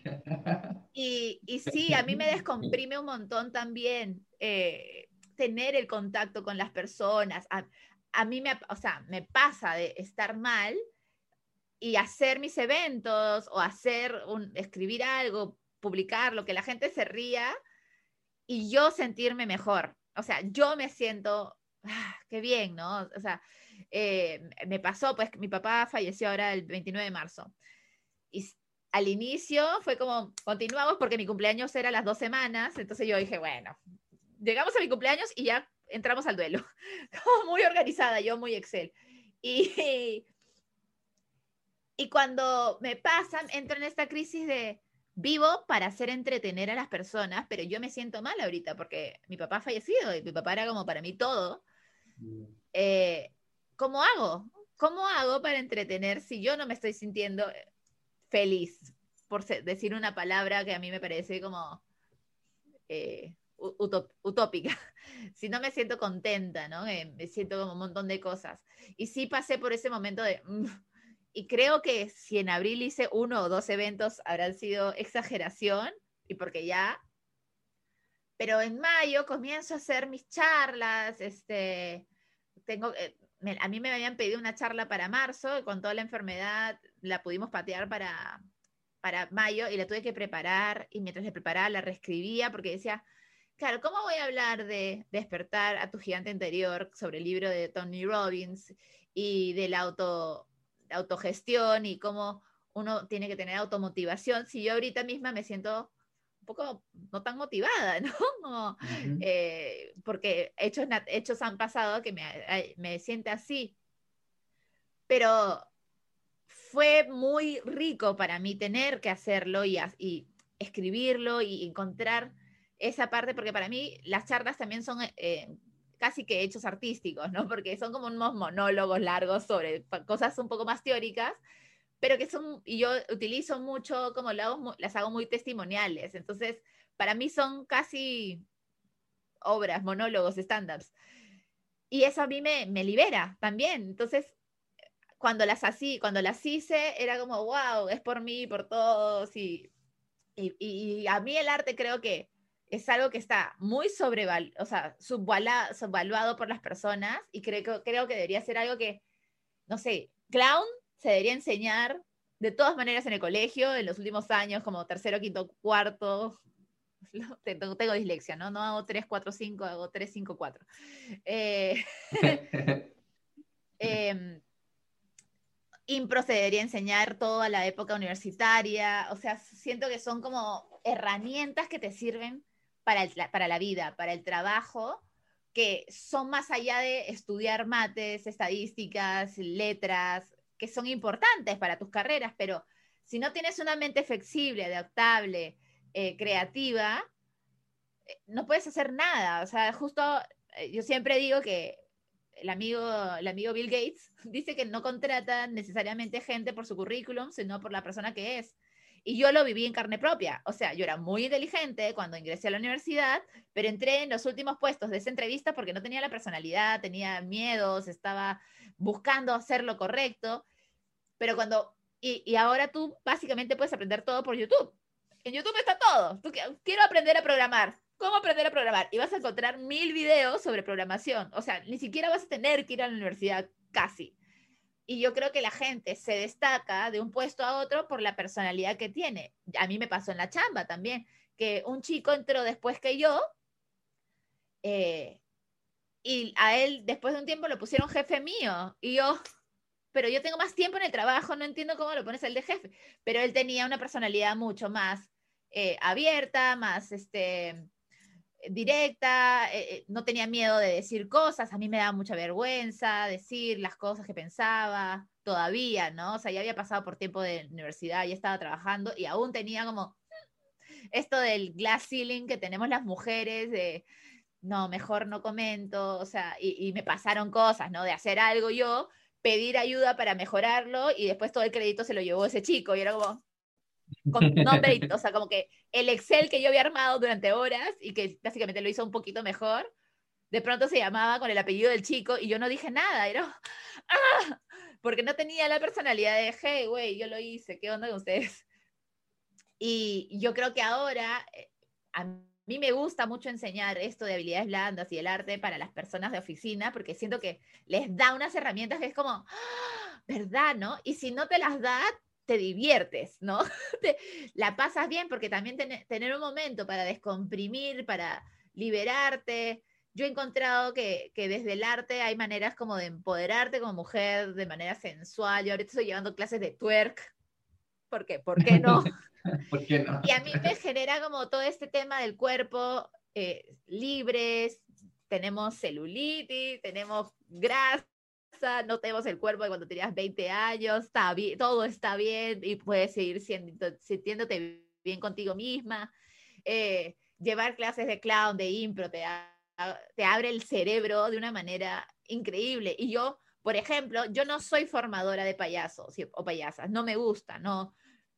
Y, y sí, a mí me descomprime un montón también eh, tener el contacto con las personas. A, a mí me, o sea, me pasa de estar mal y hacer mis eventos o hacer un, escribir algo, publicarlo, que la gente se ría y yo sentirme mejor. O sea, yo me siento, ah, qué bien, ¿no? O sea, eh, me pasó, pues mi papá falleció ahora el veintinueve de marzo. Y al inicio fue como, continuamos porque mi cumpleaños era a las dos semanas, entonces yo dije, bueno, llegamos a mi cumpleaños y ya entramos al duelo. Muy organizada, yo muy Excel. Y, y cuando me pasan, entro en esta crisis de vivo para hacer entretener a las personas, pero yo me siento mal ahorita porque mi papá ha fallecido y mi papá era como para mí todo. Eh, ¿Cómo hago? ¿Cómo hago para entretener si yo no me estoy sintiendo feliz? Por decir una palabra que a mí me parece como eh, utop utópica. Si no me siento contenta, ¿no? Eh, me siento como un montón de cosas. Y sí pasé por ese momento de... Mm, y creo que si en abril hice uno o dos eventos habrán sido exageración, y porque ya... Pero en mayo comienzo a hacer mis charlas, este, tengo, eh, me, a mí me habían pedido una charla para marzo, y con toda la enfermedad la pudimos patear para, para mayo, y la tuve que preparar, y mientras la preparaba la reescribía, porque decía, claro, ¿cómo voy a hablar de despertar a tu gigante interior sobre el libro de Tony Robbins y de la auto, autogestión y cómo uno tiene que tener automotivación si yo ahorita misma me siento un poco no tan motivada, ¿no? Como,
Uh-huh.
eh, porque hechos, hechos han pasado que me, me siente así. Pero fue muy rico para mí tener que hacerlo y, y escribirlo y encontrar esa parte, porque para mí las charlas también son eh, casi que hechos artísticos, ¿no? Porque son como unos monólogos largos sobre cosas un poco más teóricas, pero que son, y yo utilizo mucho, como las hago, las hago muy testimoniales, entonces para mí son casi obras, monólogos, stand-ups. Y eso a mí me, me libera también. Entonces, cuando las así, cuando las hice, era como, wow, es por mí, por todos. Y, y, y a mí el arte creo que es algo que está muy sobrevaluado, o sea, subvaluado, subvaluado por las personas, y creo, creo que debería ser algo que, no sé, clown se debería enseñar de todas maneras en el colegio, en los últimos años, como tercero, quinto, cuarto. Tengo, tengo dislexia, ¿no? No hago tres, cuatro, cinco, hago tres, cinco, cuatro. Eh, eh, impro se debería enseñar toda la época universitaria, o sea, siento que son como herramientas que te sirven para, el, para la vida, para el trabajo, que son más allá de estudiar mates, estadísticas, letras, que son importantes para tus carreras, pero si no tienes una mente flexible, adaptable, eh, creativa, eh, no puedes hacer nada. O sea, justo eh, yo siempre digo que el amigo, el amigo Bill Gates dice que no contrata necesariamente gente por su currículum, sino por la persona que es. y yo lo viví en carne propia. O sea, yo era muy inteligente cuando ingresé a la universidad, pero entré en los últimos puestos de esa entrevista porque no tenía la personalidad, tenía miedos, estaba buscando hacer lo correcto. Pero cuando, y, y ahora tú básicamente puedes aprender todo por YouTube. En YouTube está todo. Tú, quiero aprender a programar. ¿Cómo aprender a programar? Y vas a encontrar mil videos sobre programación. O sea, ni siquiera vas a tener que ir a la universidad casi. Y yo creo que la gente se destaca de un puesto a otro por la personalidad que tiene. A mí me pasó en la chamba también, que un chico entró después que yo, eh, y a él después de un tiempo lo pusieron jefe mío. Y yo, pero yo tengo más tiempo en el trabajo, no entiendo cómo lo pones a él de jefe. Pero él tenía una personalidad mucho más eh, abierta, más este, directa, eh, no tenía miedo de decir cosas. A mí me daba mucha vergüenza decir las cosas que pensaba todavía, ¿no? O sea, ya había pasado por tiempo de universidad, ya estaba trabajando y aún tenía como esto del glass ceiling que tenemos las mujeres de no, mejor no comento, o sea, y, y me pasaron cosas, ¿no? De hacer algo yo, pedir ayuda para mejorarlo y después todo el crédito se lo llevó ese chico y era como, con nombre, o sea, como que el Excel que yo había armado durante horas y que básicamente lo hizo un poquito mejor, de pronto se llamaba con el apellido del chico y yo no dije nada, era, ¡ah! Porque no tenía la personalidad de, hey, güey, yo lo hice, ¿qué onda con ustedes? Y yo creo que ahora, a mí me gusta mucho enseñar esto de habilidades blandas y el arte para las personas de oficina, porque siento que les da unas herramientas que es como, ¡ah! ¿Verdad, no? Y si no te las da, te diviertes, ¿no? Te, la pasas bien porque también ten, tener un momento para descomprimir, para liberarte. Yo he encontrado que, que desde el arte hay maneras como de empoderarte como mujer de manera sensual. Yo ahorita estoy llevando clases de twerk, porque, ¿por qué no?
¿Por qué no?
Y a mí me genera como todo este tema del cuerpo eh, libres, tenemos celulitis, tenemos grasa, no tenemos el cuerpo de cuando tenías veinte años, está bien, todo está bien y puedes seguir siendo, sintiéndote bien contigo misma. Eh, llevar clases de clown, de impro, te, te abre el cerebro de una manera increíble. Y yo, por ejemplo, yo no soy formadora de payasos o payasas, no me gusta, no.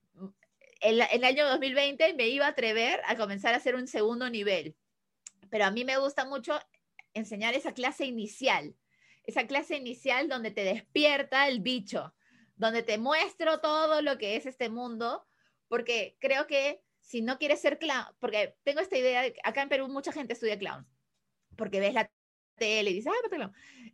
En el año dos mil veinte me iba a atrever a comenzar a hacer un segundo nivel, pero a mí me gusta mucho enseñar esa clase inicial, esa clase inicial donde te despierta el bicho, donde te muestro todo lo que es este mundo, porque creo que si no quieres ser clown, porque tengo esta idea, de que acá en Perú mucha gente estudia clown, porque ves la tele y dices, ah, clown.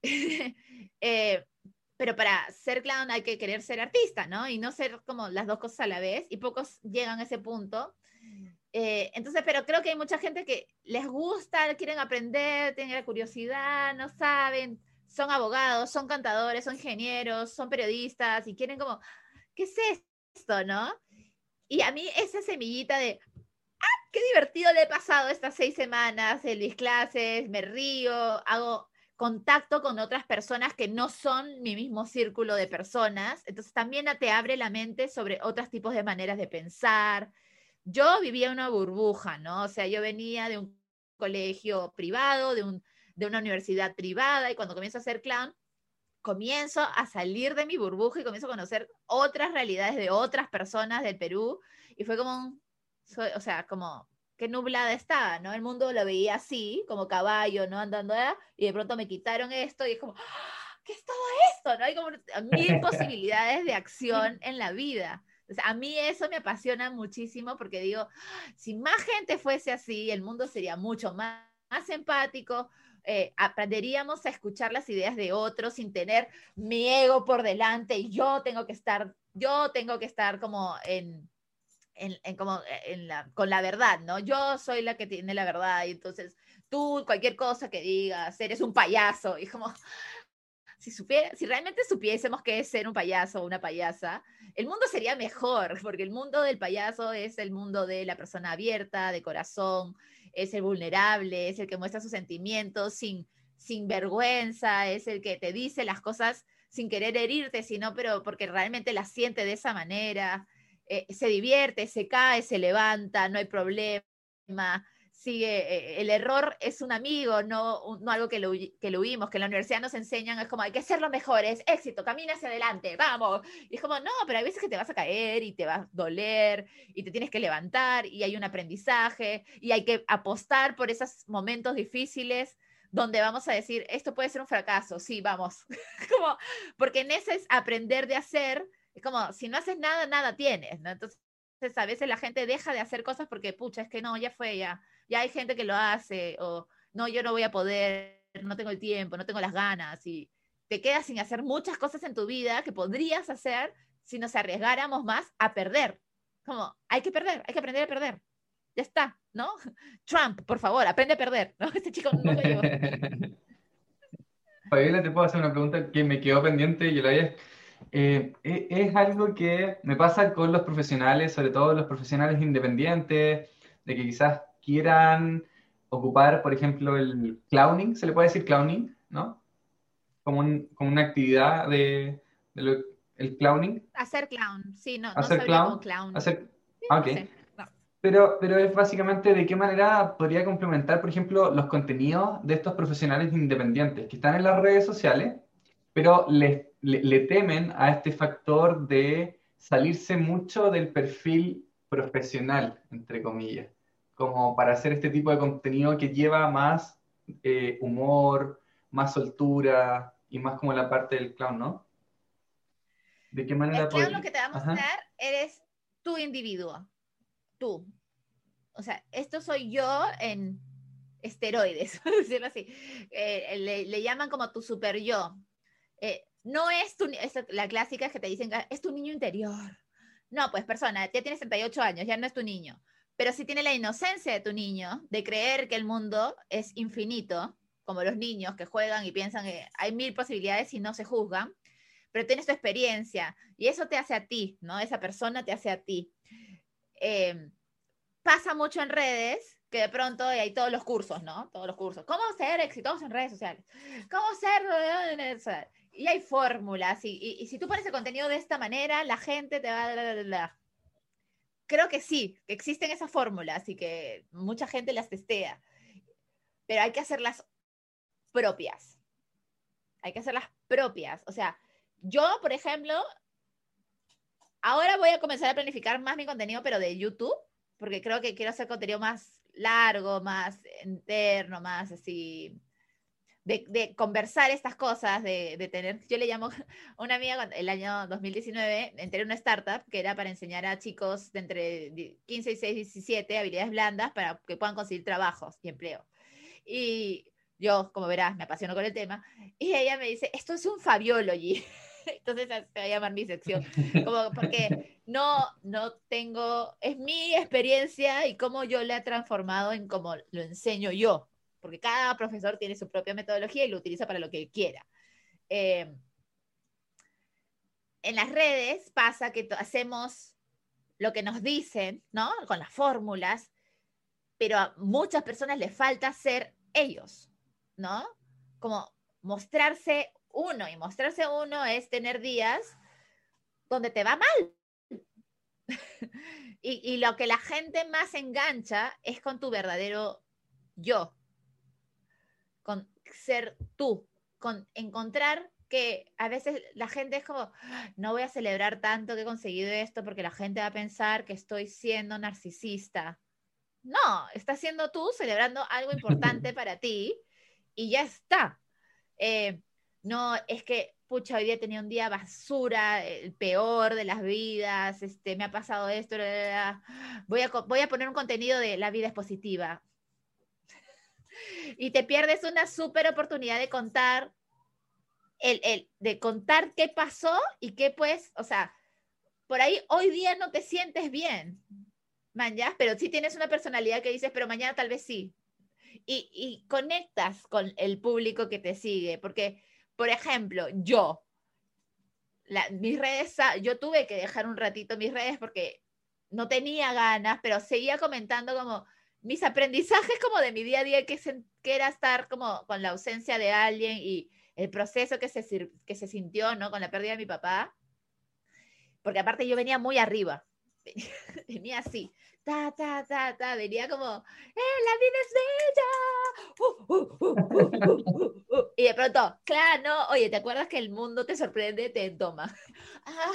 eh, pero para ser clown hay que querer ser artista, ¿no? Y no ser como las dos cosas a la vez, y pocos llegan a ese punto. Eh, entonces, pero creo que hay mucha gente que les gusta, quieren aprender, tienen la curiosidad, no saben, son abogados, son cantadores, son ingenieros, son periodistas, y quieren como, ¿qué es esto, no? Y a mí esa semillita de, ¡ah, qué divertido le he pasado estas seis semanas en mis clases, me río, hago contacto con otras personas que no son mi mismo círculo de personas, entonces también te abre la mente sobre otros tipos de maneras de pensar. Yo vivía una burbuja, ¿no? O sea, yo venía de un colegio privado, de, un, de una universidad privada, y cuando comienzo a hacer clown, comienzo a salir de mi burbuja y comienzo a conocer otras realidades de otras personas del Perú, y fue como, un, o sea, como qué nublada estaba, ¿no? El mundo lo veía así, como caballo, ¿no? Andando allá, y de pronto me quitaron esto y es como, ¡ah! ¿Qué es todo esto? ¿No? Hay como mil posibilidades de acción en la vida. O sea, a mí eso me apasiona muchísimo porque digo, si más gente fuese así, el mundo sería mucho más, más empático, eh, aprenderíamos a escuchar las ideas de otros sin tener mi ego por delante y yo tengo que estar, yo tengo que estar como en en, en como en la, con la verdad, ¿no? Yo soy la que tiene la verdad y entonces tú cualquier cosa que digas, eres un payaso y como si, supiera, si realmente supiésemos qué es ser un payaso o una payasa, el mundo sería mejor, porque el mundo del payaso es el mundo de la persona abierta, de corazón, es el vulnerable, es el que muestra sus sentimientos sin, sin vergüenza, es el que te dice las cosas sin querer herirte, sino pero porque realmente las siente de esa manera. Eh, se divierte, se cae, se levanta, no hay problema, si eh, el error es un amigo, no, no algo que lo, que lo huimos, que en la universidad nos enseñan, es como hay que ser lo mejor, es éxito, camina hacia adelante, vamos. Y es como, no, pero hay veces que te vas a caer y te va a doler y te tienes que levantar y hay un aprendizaje y hay que apostar por esos momentos difíciles donde vamos a decir, esto puede ser un fracaso, sí, vamos. Como, porque en ese es aprender de hacer, es como, si no haces nada, nada tienes, ¿no? Entonces, a veces la gente deja de hacer cosas porque, pucha, es que no, ya fue, ya, ya hay gente que lo hace, o no, yo no voy a poder, no tengo el tiempo, no tengo las ganas, y te quedas sin hacer muchas cosas en tu vida que podrías hacer si nos arriesgáramos más a perder. Como, hay que perder, hay que aprender a perder. Ya está, ¿no? Trump, por favor, aprende a perder, ¿no? Este chico no lo llevó.
Fabiola, te puedo hacer una pregunta que me quedó pendiente y yo la había... Eh, es, es algo que me pasa con los profesionales, sobre todo los profesionales independientes, de que quizás quieran ocupar, por ejemplo, el clowning, se le puede decir clowning, ¿no? Como, un- como una actividad de, de lo- el clowning,
Hacer clown, sí, no, no
hacer
sabría como
clown,
clown.
hacer...
Sí,
ah, ok.
no sé. No.
Pero, pero es básicamente de qué manera podría complementar, por ejemplo, los contenidos de estos profesionales independientes que están en las redes sociales, pero le, le- le temen a este factor de salirse mucho del perfil profesional, entre comillas, como para hacer este tipo de contenido que lleva más eh, humor, más soltura y más como la parte del clown, ¿no? ¿De qué
El
manera
clown lo
podría...?
que te va a
Ajá,
mostrar eres tu individuo, tú. O sea, esto soy yo en esteroides, por decirlo así. Eh, le, le, llaman como tu super yo. Eh, no es tu, es la clásica que te dicen, es tu niño interior. No, pues persona, ya tienes treinta y ocho años, ya no es tu niño. Pero sí tiene la inocencia de tu niño, de creer que el mundo es infinito, como los niños que juegan y piensan que hay mil posibilidades y no se juzgan, pero tienes tu experiencia y eso te hace a ti, ¿no? Esa persona te hace a ti. Eh, pasa mucho en redes que de pronto hay todos los cursos, ¿no? Todos los cursos. ¿Cómo ser exitoso en redes sociales? ¿Cómo ser...? Y hay fórmulas. Y, y, y si tú pones el contenido de esta manera, la gente te va... Bla, bla, bla. Creo que sí, que existen esas fórmulas y que mucha gente las testea. Pero hay que hacerlas propias. Hay que hacerlas propias. O sea, yo, por ejemplo, ahora voy a comenzar a planificar más mi contenido, pero de YouTube, porque creo que quiero hacer contenido más largo, más interno, más así, de, de conversar estas cosas, de, de tener, yo le llamo, una amiga el año dos mil diecinueve, entré en una startup que era para enseñar a chicos de entre quince y seis, diecisiete habilidades blandas para que puedan conseguir trabajos y empleo. Y yo, como verás, me apasiono con el tema, y ella me dice, esto es un Fabiology. Entonces se va a llamar mi sección, como porque no, no tengo, es mi experiencia y cómo yo la he transformado en cómo lo enseño yo, porque cada profesor tiene su propia metodología y lo utiliza para lo que quiera. Eh, en las redes pasa que hacemos lo que nos dicen, ¿no? Con las fórmulas, pero a muchas personas les falta ser ellos, ¿no? Como mostrarse uno, y mostrarse uno es tener días donde te va mal. y, y lo que la gente más engancha es con tu verdadero yo, con ser tú, con encontrar que a veces la gente es como, no voy a celebrar tanto que he conseguido esto porque la gente va a pensar que estoy siendo narcisista. No, estás siendo tú celebrando algo importante para ti y ya está. Eh, no, es que, pucha, hoy día tenía un día basura, el peor de las vidas, este, me ha pasado esto, bla, bla, bla. Voy, a, voy a poner un contenido de la vida es positiva. Y te pierdes una súper oportunidad de contar, el, el, de contar qué pasó y qué pues, o sea, por ahí hoy día no te sientes bien, man, ¿ya? Pero sí tienes una personalidad que dices, pero mañana tal vez sí. Y, y conectas con el público que te sigue, porque, por ejemplo, yo, la, mis redes, yo tuve que dejar un ratito mis redes porque no tenía ganas, pero seguía comentando como mis aprendizajes como de mi día a día, que, se, que era estar como con la ausencia de alguien y el proceso que se, que se sintió, ¿no? Con la pérdida de mi papá, porque aparte yo venía muy arriba. venía así, ta, ta, ta, ta, venía como, ¡eh, la vida es bella! Uh, uh, uh, uh, uh, uh, uh. Y de pronto, claro, no, oye, ¿te acuerdas que el mundo te sorprende, te toma? Ah,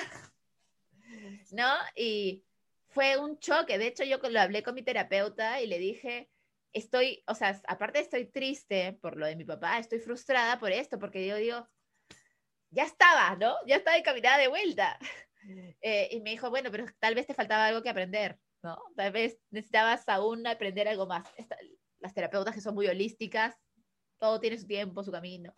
¿no? Y fue un choque, de hecho yo lo hablé con mi terapeuta y le dije, estoy, o sea, aparte estoy triste por lo de mi papá, estoy frustrada por esto, porque yo digo, ya estaba, ¿no? Ya estaba encaminada de vuelta. Eh, y me dijo, bueno, pero tal vez te faltaba algo que aprender, ¿no? Tal vez necesitabas aún aprender algo más. Esta, las terapeutas que son muy holísticas, todo tiene su tiempo, su camino.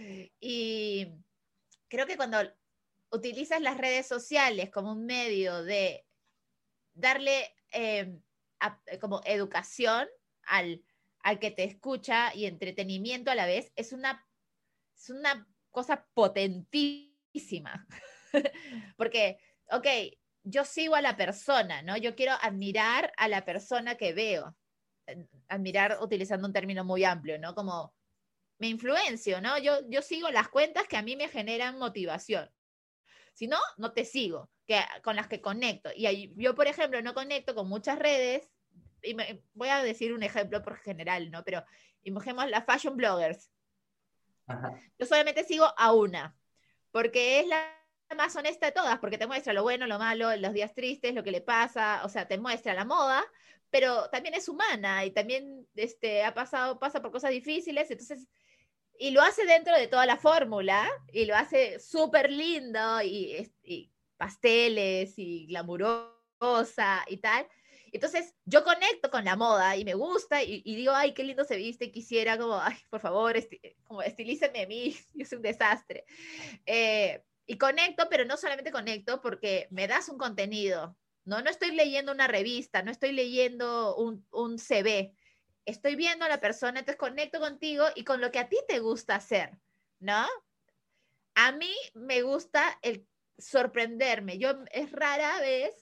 Y creo que cuando utilizas las redes sociales como un medio de darle eh, a, como educación al, al que te escucha y entretenimiento a la vez, es una, es una cosa potentísima. Porque, ok, yo sigo a la persona, ¿no? Yo quiero admirar a la persona que veo. Admirar utilizando un término muy amplio, ¿no? Como me influencio, ¿no? Yo, yo sigo las cuentas que a mí me generan motivación. Si no, no te sigo, que, con las que conecto. Y ahí, yo, por ejemplo, no conecto con muchas redes, y me, voy a decir un ejemplo por general, ¿no? Pero imaginemos las fashion bloggers.
Ajá.
Yo solamente sigo a una, porque es la más honesta de todas, porque te muestra lo bueno, lo malo, los días tristes, lo que le pasa, o sea, te muestra la moda, pero también es humana y también este, ha pasado, pasa por cosas difíciles, entonces, y lo hace dentro de toda la fórmula, y lo hace súper lindo, y, y pasteles, y glamurosa, y tal. Entonces, yo conecto con la moda y me gusta y, y digo, ay, qué lindo se viste, quisiera como, ay, por favor, esti como estilícenme a mí, yo soy un desastre. Eh, y conecto, pero no solamente conecto porque me das un contenido, ¿no? No estoy leyendo una revista, no estoy leyendo un, un C V, estoy viendo a la persona, entonces conecto contigo y con lo que a ti te gusta hacer, ¿no? A mí me gusta el sorprenderme. Yo es rara vez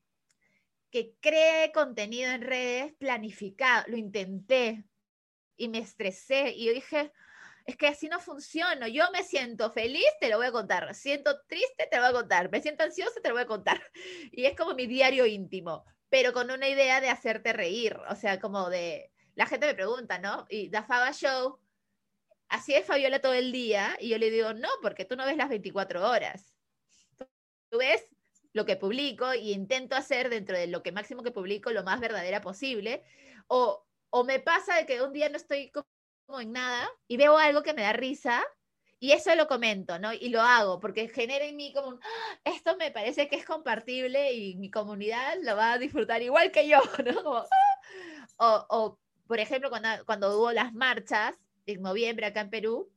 que cree contenido en redes planificado. Lo intenté y me estresé y yo dije, es que así no funciona. Yo me siento feliz, te lo voy a contar. Siento triste, te lo voy a contar. Me siento ansiosa, te lo voy a contar. Y es como mi diario íntimo, pero con una idea de hacerte reír. O sea, como de... La gente me pregunta, ¿no? Y The Faba Show, así es Fabiola todo el día. Y yo le digo, no, porque tú no ves las veinticuatro horas. Tú ves lo que publico y intento hacer dentro de lo que máximo que publico lo más verdadera posible. O, o me pasa de que un día no estoy como en nada y veo algo que me da risa y eso lo comento, ¿no? Y lo hago porque genera en mí como un, ¡ah! Esto me parece que es compartible y mi comunidad lo va a disfrutar igual que yo, ¿no? Como, ¡ah! o, o, por ejemplo, cuando, cuando hubo las marchas en noviembre acá en Perú,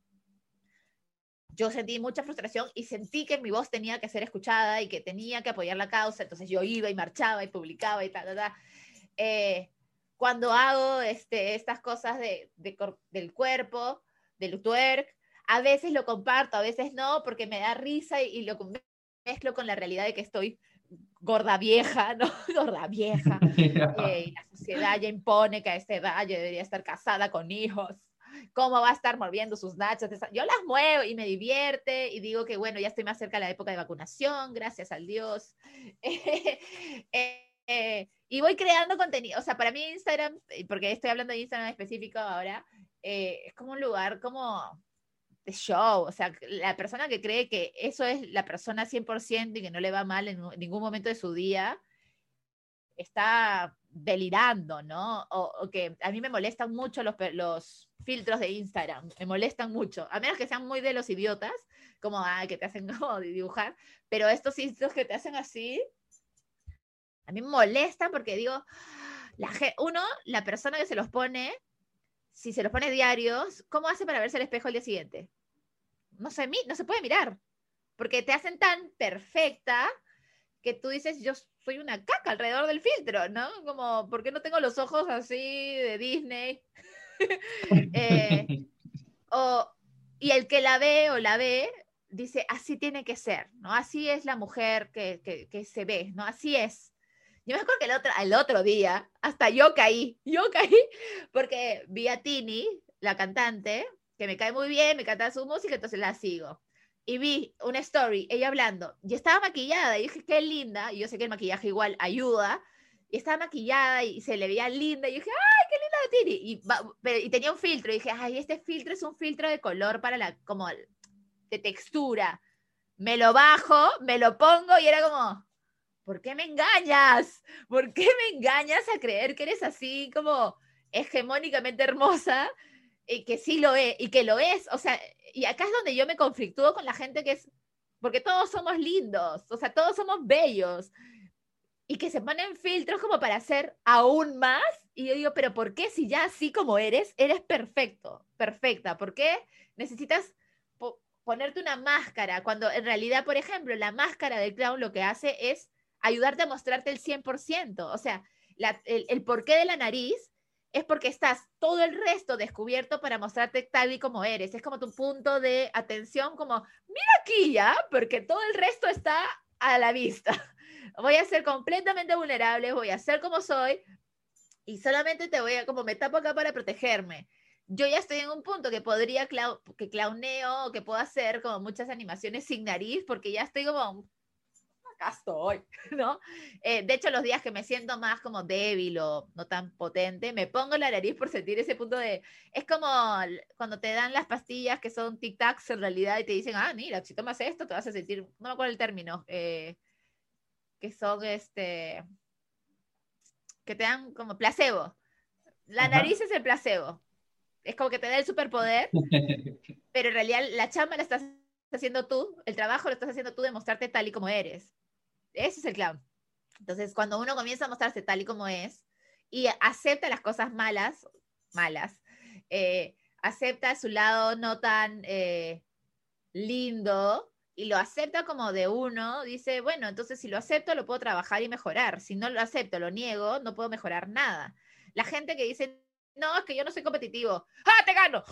yo sentí mucha frustración y sentí que mi voz tenía que ser escuchada y que tenía que apoyar la causa, entonces yo iba y marchaba y publicaba y tal, tal, tal. Eh, cuando hago este, estas cosas de, de, del cuerpo, del twerk, a veces lo comparto, a veces no, porque me da risa y, y lo mezclo con la realidad de que estoy gorda vieja, ¿no? Gorda vieja. Eh, y la sociedad ya impone que a esta edad yo debería estar casada con hijos. ¿Cómo va a estar moviendo sus nachos? Yo las muevo y me divierte y digo que, bueno, ya estoy más cerca de la época de vacunación, gracias al Dios. eh, eh, y voy creando contenido. O sea, para mí Instagram, porque estoy hablando de Instagram específico ahora, eh, es como un lugar como de show. O sea, la persona que cree que eso es la persona cien por ciento y que no le va mal en ningún momento de su día, está delirando, ¿no? O, o que a mí me molestan mucho los, los filtros de Instagram, me molestan mucho, a menos que sean muy de los idiotas, como ah, que te hacen como dibujar, pero estos filtros que te hacen así, a mí me molestan porque digo, la, uno, la persona que se los pone, si se los pone diarios, ¿cómo hace para verse al espejo al día siguiente? No se, no se puede mirar, porque te hacen tan perfecta que tú dices, yo soy una caca alrededor del filtro, ¿no? Como, ¿por qué no tengo los ojos así de Disney? eh, o, y el que la ve o la ve, dice, así tiene que ser, ¿no? Así es la mujer que, que, que se ve, ¿no? Así es. Yo me acuerdo que el otro, el otro día, hasta yo caí, yo caí, porque vi a Tini, la cantante, que me cae muy bien, me canta su música, entonces la sigo. y vi una story, ella hablando, y estaba maquillada, y dije, qué linda, y yo sé que el maquillaje igual ayuda, y estaba maquillada y se le veía linda, y dije, ¡ay, qué linda la Tini! Y, va- pero- y tenía un filtro, y dije, ay, este filtro es un filtro de color para la, como, de textura. Me lo bajo, me lo pongo, y era como, ¿por qué me engañas? ¿Por qué me engañas a creer que eres así como hegemónicamente hermosa? Y que sí lo es, y que lo es, o sea, y acá es donde yo me conflictúo con la gente que es, porque todos somos lindos, o sea, todos somos bellos, y que se ponen filtros como para ser aún más, y yo digo, pero ¿por qué si ya así como eres, eres perfecto, perfecta? ¿Por qué necesitas po ponerte una máscara? Cuando en realidad, por ejemplo, la máscara del clown lo que hace es ayudarte a mostrarte el cien por ciento, o sea, la, el, el porqué de la nariz es porque estás todo el resto descubierto para mostrarte tal y como eres. Es como tu punto de atención, como, mira aquí ya, porque todo el resto está a la vista. Voy a ser completamente vulnerable, voy a ser como soy y solamente te voy a, como me tapo acá para protegerme. Yo ya estoy en un punto que podría, clau, que clowneo, que puedo hacer como muchas animaciones sin nariz, porque ya estoy como, acá estoy, ¿no? Eh, de hecho, los días que me siento más como débil o no tan potente, me pongo la nariz por sentir ese punto de... Es como cuando te dan las pastillas que son tic-tacs en realidad y te dicen, ah, mira, si tomas esto te vas a sentir, no me acuerdo el término, eh, que son este, que te dan como placebo. La
Ajá.
nariz es el placebo. Es como que te da el superpoder, pero en realidad la chamba la estás haciendo tú, el trabajo lo estás haciendo tú de mostrarte tal y como eres. Ese es el clown. Entonces, cuando uno comienza a mostrarse tal y como es y acepta las cosas malas, malas, eh, acepta su lado no tan eh, lindo y lo acepta como de uno, dice, bueno, entonces si lo acepto lo puedo trabajar y mejorar. Si no lo acepto, lo niego, no puedo mejorar nada. La gente que dice, no, es que yo no soy competitivo, ¡ah, te gano!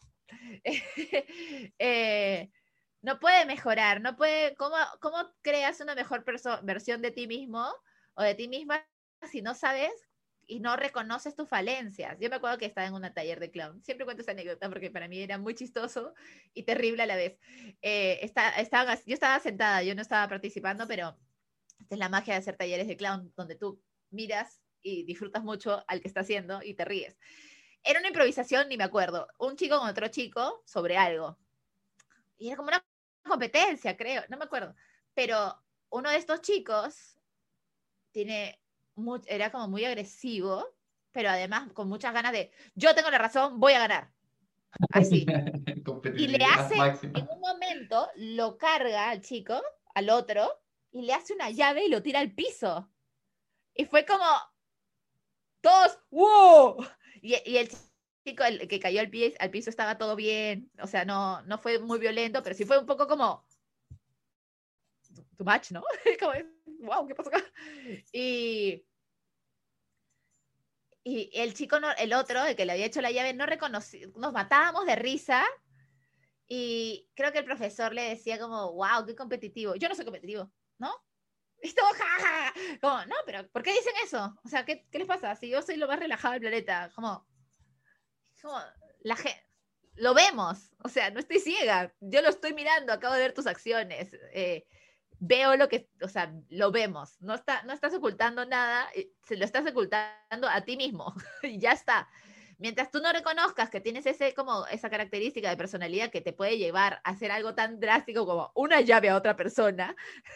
eh, no puede mejorar, no puede, ¿cómo, cómo creas una mejor versión de ti mismo o de ti misma si no sabes y no reconoces tus falencias? Yo me acuerdo que estaba en un taller de clown, siempre cuento esa anécdota porque para mí era muy chistoso y terrible a la vez. Eh, está, estaban, yo estaba sentada, yo no estaba participando, pero esta es la magia de hacer talleres de clown, donde tú miras y disfrutas mucho al que está haciendo y te ríes. Era una improvisación, ni me acuerdo, un chico con otro chico sobre algo. Y era como una competencia, creo, no me acuerdo. Pero uno de estos chicos tiene, muy, era como muy agresivo, pero además con muchas ganas de, yo tengo la razón, voy a ganar. Así. Y le
Competitividad
hace, en
máxima.
un momento, lo carga al chico, al otro, y le hace una llave y lo tira al piso. Y fue como, todos, ¡wow! Y, y el chico el que cayó al, pie, al piso estaba todo bien, o sea, no, no fue muy violento, pero sí fue un poco como, too much, ¿no? Como, wow, ¿qué pasó acá? Y, y el chico, no, el otro, el que le había hecho la llave, no reconoció, nos matábamos de risa y creo que el profesor le decía como, wow, qué competitivo. Yo no soy competitivo, ¿no? Y todo, jaja, como, no, pero ¿por qué dicen eso? O sea, ¿qué, qué les pasa? Si yo soy lo más relajado del planeta, como, como la gente, lo vemos, o sea, no estoy ciega, yo lo estoy mirando, acabo de ver tus acciones, eh, veo lo que, o sea, lo vemos, no, está, no estás ocultando nada, se lo estás ocultando a ti mismo y ya está. Mientras tú no reconozcas que tienes ese, como, esa característica de personalidad que te puede llevar a hacer algo tan drástico como una llave a otra persona,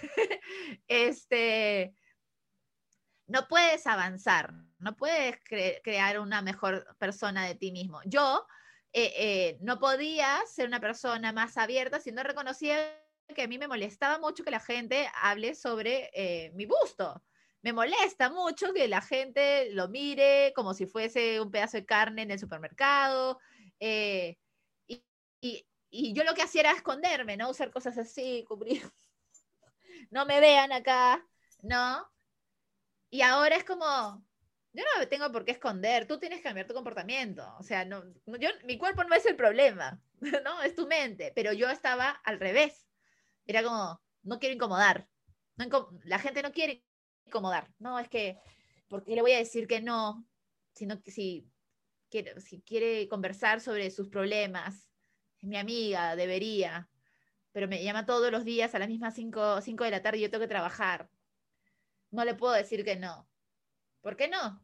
este, no puedes avanzar, no puedes cre crear una mejor persona de ti mismo. Yo eh, eh, no podía ser una persona más abierta si no reconocía que a mí me molestaba mucho que la gente hable sobre eh, mi busto. Me molesta mucho que la gente lo mire como si fuese un pedazo de carne en el supermercado. Eh, y, y, y, yo lo que hacía era esconderme, ¿no? Usar cosas así, cubrir. No me vean acá, ¿no? Y ahora es como, yo no me tengo por qué esconder, tú tienes que cambiar tu comportamiento. O sea, no, yo, mi cuerpo no es el problema, ¿no? Es tu mente. Pero yo estaba al revés. Era como, no quiero incomodar. No incom la gente no quiere incomodar. No, es que, ¿por qué le voy a decir que no? Sino que si quiere, si quiere conversar sobre sus problemas, es mi amiga, debería. pero me llama todos los días a las mismas cinco de la tarde y yo tengo que trabajar. No le puedo decir que no. ¿Por qué no?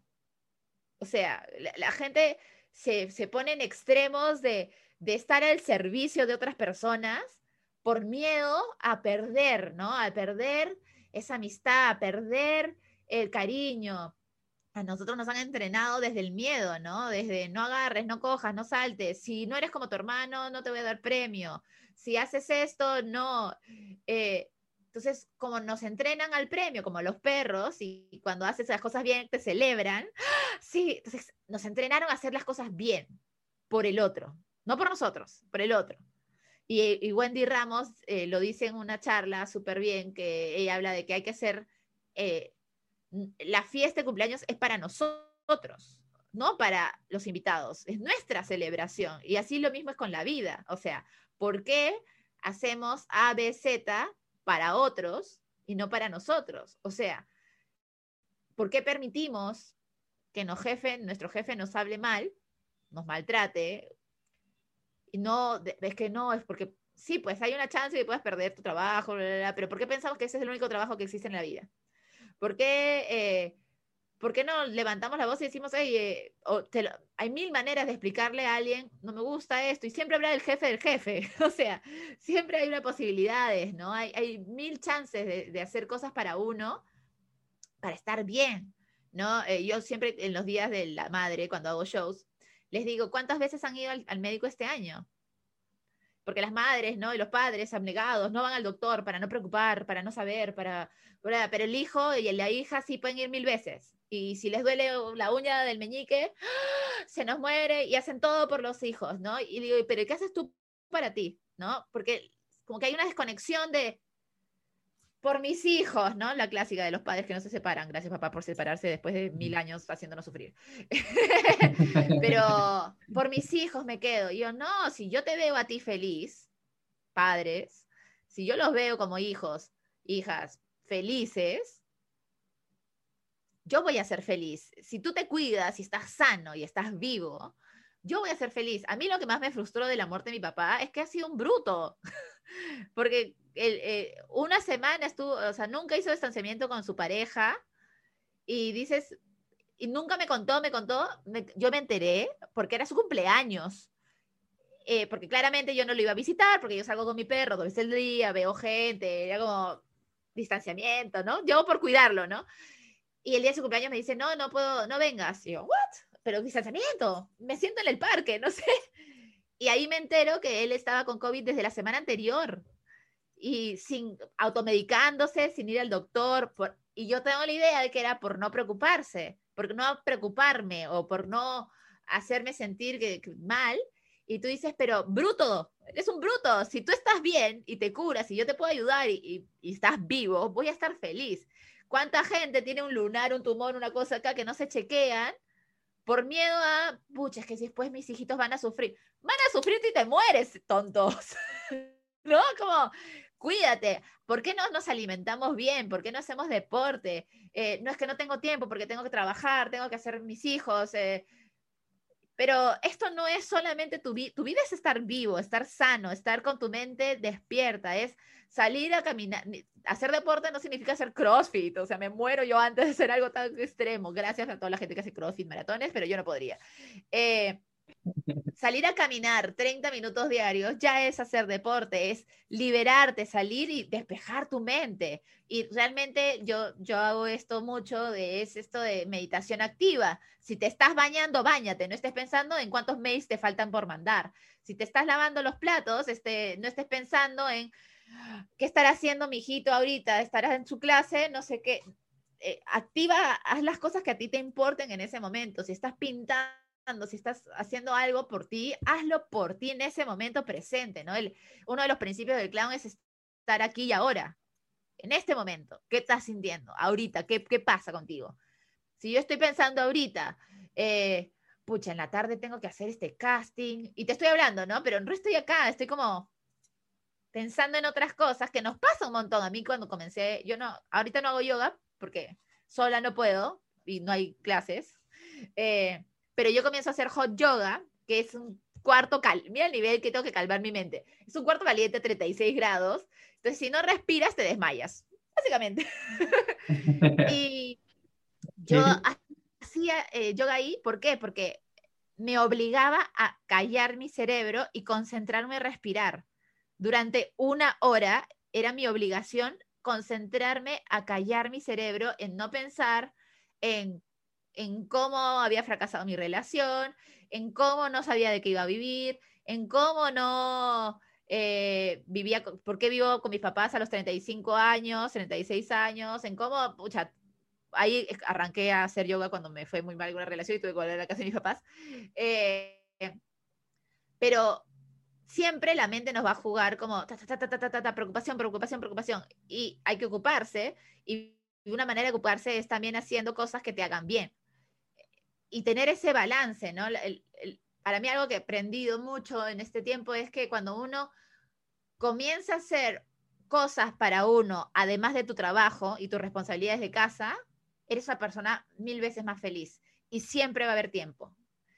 O sea, la, la gente se, se pone en extremos de, de estar al servicio de otras personas por miedo a perder, ¿no? A perder esa amistad, a perder el cariño. A nosotros nos han entrenado desde el miedo, ¿no? Desde no agarres, no cojas, no saltes. Si no eres como tu hermano, no te voy a dar premio. Si haces esto, no. Eh, entonces, como nos entrenan al premio, como los perros, y cuando haces las cosas bien, te celebran. Sí, entonces nos entrenaron a hacer las cosas bien por el otro, no por nosotros, por el otro. Y, y Wendy Ramos eh, lo dice en una charla súper bien, que ella habla de que hay que hacer... Eh, la fiesta de cumpleaños es para nosotros, no para los invitados, es nuestra celebración. Y así lo mismo es con la vida. O sea, ¿por qué hacemos A, B, Z para otros y no para nosotros? O sea, ¿por qué permitimos que nos jefe, nuestro jefe nos hable mal, nos maltrate? Y no, es que no, es porque sí, pues hay una chance de que puedas perder tu trabajo, bla, bla, bla, pero ¿por qué pensamos que ese es el único trabajo que existe en la vida? ¿Por qué, eh, ¿por qué no levantamos la voz y decimos, hey, eh, o te lo, hay mil maneras de explicarle a alguien, no me gusta esto, y siempre habla del jefe del jefe, o sea, siempre hay una posibilidades, ¿no? Hay, hay mil chances de, de hacer cosas para uno, para estar bien, ¿no? Eh, yo siempre en los días de la madre, cuando hago shows, les digo, ¿cuántas veces han ido al, al médico este año? Porque las madres, ¿no? Y los padres abnegados no van al doctor para no preocupar, para no saber, para, para, pero el hijo y la hija sí pueden ir mil veces. Y si les duele la uña del meñique, se nos muere y hacen todo por los hijos, ¿no? Y digo, pero ¿qué haces tú para ti? ¿No? Porque como que hay una desconexión de por mis hijos, ¿no? La clásica de los padres que no se separan. Gracias, papá, por separarse después de mil años haciéndonos sufrir. Pero por mis hijos me quedo. Y yo, no, si yo te veo a ti feliz, padres, si yo los veo como hijos, hijas, felices, yo voy a ser feliz. Si tú te cuidas, si estás sano y estás vivo, yo voy a ser feliz. A mí lo que más me frustró de la muerte de mi papá es que ha sido un bruto. Porque el, eh, una semana estuvo, o sea, nunca hizo distanciamiento con su pareja y dices, y nunca me contó, me contó, me, yo me enteré porque era su cumpleaños. Eh, porque claramente yo no lo iba a visitar, porque yo salgo con mi perro dos veces al día, veo gente, era como distanciamiento, ¿no? Yo por cuidarlo, ¿no? Y el día de su cumpleaños me dice, no, no puedo, no vengas. Y yo, ¿what? Pero distanciamiento, me siento en el parque, no sé. Y ahí me entero que él estaba con COVID desde la semana anterior y sin automedicándose, sin ir al doctor. Por, y yo tengo la idea de que era por no preocuparse, por no preocuparme o por no hacerme sentir que, que mal. Y tú dices, pero bruto, eres un bruto. Si tú estás bien y te curas y yo te puedo ayudar y, y, y estás vivo, voy a estar feliz. ¿Cuánta gente tiene un lunar, un tumor, una cosa acá que no se chequean por miedo a, pucha, es que si después mis hijitos van a sufrir? Van a sufrir y te mueres, tontos. ¿No? Como, cuídate. ¿Por qué no nos alimentamos bien? ¿Por qué no hacemos deporte? Eh, no es que no tengo tiempo porque tengo que trabajar, tengo que hacer mis hijos. Eh, pero esto no es solamente tu vida, tu vida es estar vivo, estar sano, estar con tu mente despierta, es salir a caminar. Hacer deporte no significa hacer CrossFit, o sea, me muero yo antes de hacer algo tan extremo. Gracias a toda la gente que hace CrossFit, maratones, pero yo no podría. Eh, salir a caminar treinta minutos diarios ya es hacer deporte, es liberarte, salir y despejar tu mente. Y realmente yo, yo hago esto mucho, de, es esto de meditación activa. Si te estás bañando, báñate, no estés pensando en cuántos mails te faltan por mandar. Si te estás lavando los platos, este, no estés pensando en qué estará haciendo mi hijito ahorita, estará en su clase, no sé qué. Eh, activa, haz las cosas que a ti te importen en ese momento. Si estás pintando, si estás haciendo algo por ti, hazlo por ti en ese momento presente, ¿no? El, uno de los principios del clown es estar aquí y ahora, en este momento. ¿Qué estás sintiendo ahorita? ¿Qué, qué pasa contigo? Si yo estoy pensando ahorita, eh, pucha, en la tarde tengo que hacer este casting, y te estoy hablando, ¿no? Pero no estoy acá, estoy como pensando en otras cosas que nos pasa un montón. A mí cuando comencé, yo no, ahorita no hago yoga porque sola no puedo y no hay clases, eh, pero yo comienzo a hacer hot yoga, que es un cuarto cal, mira el nivel que tengo que calmar mi mente. Es un cuarto caliente a treinta y seis grados, entonces si no respiras te desmayas, básicamente. Y yo
¿Qué?
hacía eh, yoga ahí, ¿por qué? Porque me obligaba a callar mi cerebro y concentrarme en respirar. Durante una hora era mi obligación concentrarme a callar mi cerebro, en no pensar en, en cómo había fracasado mi relación, en cómo no sabía de qué iba a vivir, en cómo no eh, vivía, por qué vivo con mis papás a los treinta y cinco años, treinta y seis años, en cómo, pucha, ahí arranqué a hacer yoga cuando me fue muy mal una relación y tuve que volver a la casa de mis papás. Eh, pero siempre la mente nos va a jugar como ta, ta, ta, ta, ta, ta, ta, preocupación, preocupación, preocupación. Y hay que ocuparse. Y una manera de ocuparse es también haciendo cosas que te hagan bien. Y tener ese balance, ¿no? El, el, para mí algo que he aprendido mucho en este tiempo es que cuando uno comienza a hacer cosas para uno, además de tu trabajo y tus responsabilidades de casa, eres una persona mil veces más feliz y siempre va a haber tiempo.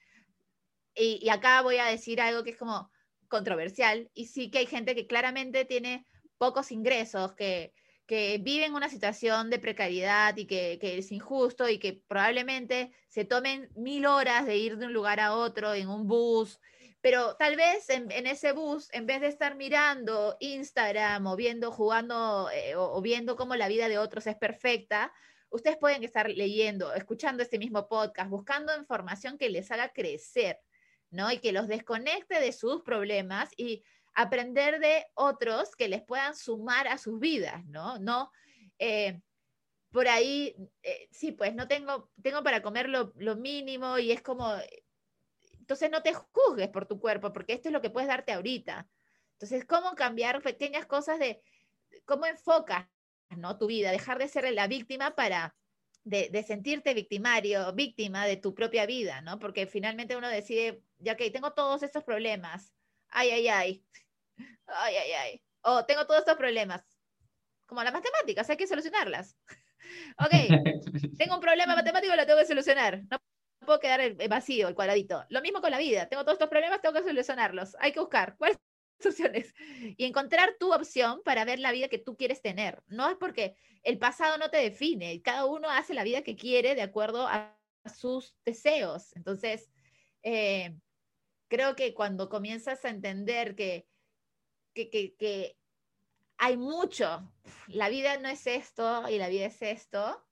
Y, y acá voy a decir algo que es como controversial, y sí que hay gente que claramente tiene pocos ingresos, que, que vive en una situación de precariedad y que, que es injusto y que probablemente se tomen mil horas de ir de un lugar a otro en un bus, pero tal vez en, en ese bus, en vez de estar mirando Instagram o viendo, jugando eh, o, o viendo cómo la vida de otros es perfecta, ustedes pueden estar leyendo, escuchando este mismo podcast, buscando información que les haga crecer, ¿no? Y que los desconecte de sus problemas y aprender de otros que les puedan sumar a sus vidas, ¿no? No eh, por ahí, eh, sí, pues no tengo, tengo para comer lo, lo mínimo y es como, entonces no te juzgues por tu cuerpo, porque esto es lo que puedes darte ahorita. Entonces, ¿cómo cambiar pequeñas cosas de cómo enfocas, ¿no? Tu vida? Dejar de ser la víctima para de, de, sentirte victimario, víctima de tu propia vida, ¿no? Porque finalmente uno decide, ya que tengo todos estos problemas, ay, ay, ay, ay, ay, ay, o oh, tengo todos estos problemas, como las matemáticas, hay que solucionarlas. Ok, tengo un problema matemático, lo tengo que solucionar. No puedo quedar el vacío, el cuadradito. Lo mismo con la vida. Tengo todos estos problemas, tengo que solucionarlos. Hay que buscar cuáles soluciones y encontrar tu opción para ver la vida que tú quieres tener. No es porque el pasado no te define. Cada uno hace la vida que quiere de acuerdo a sus deseos. Entonces, eh, creo que cuando comienzas a entender que, que, que, que hay mucho, la vida no es esto y la vida es esto,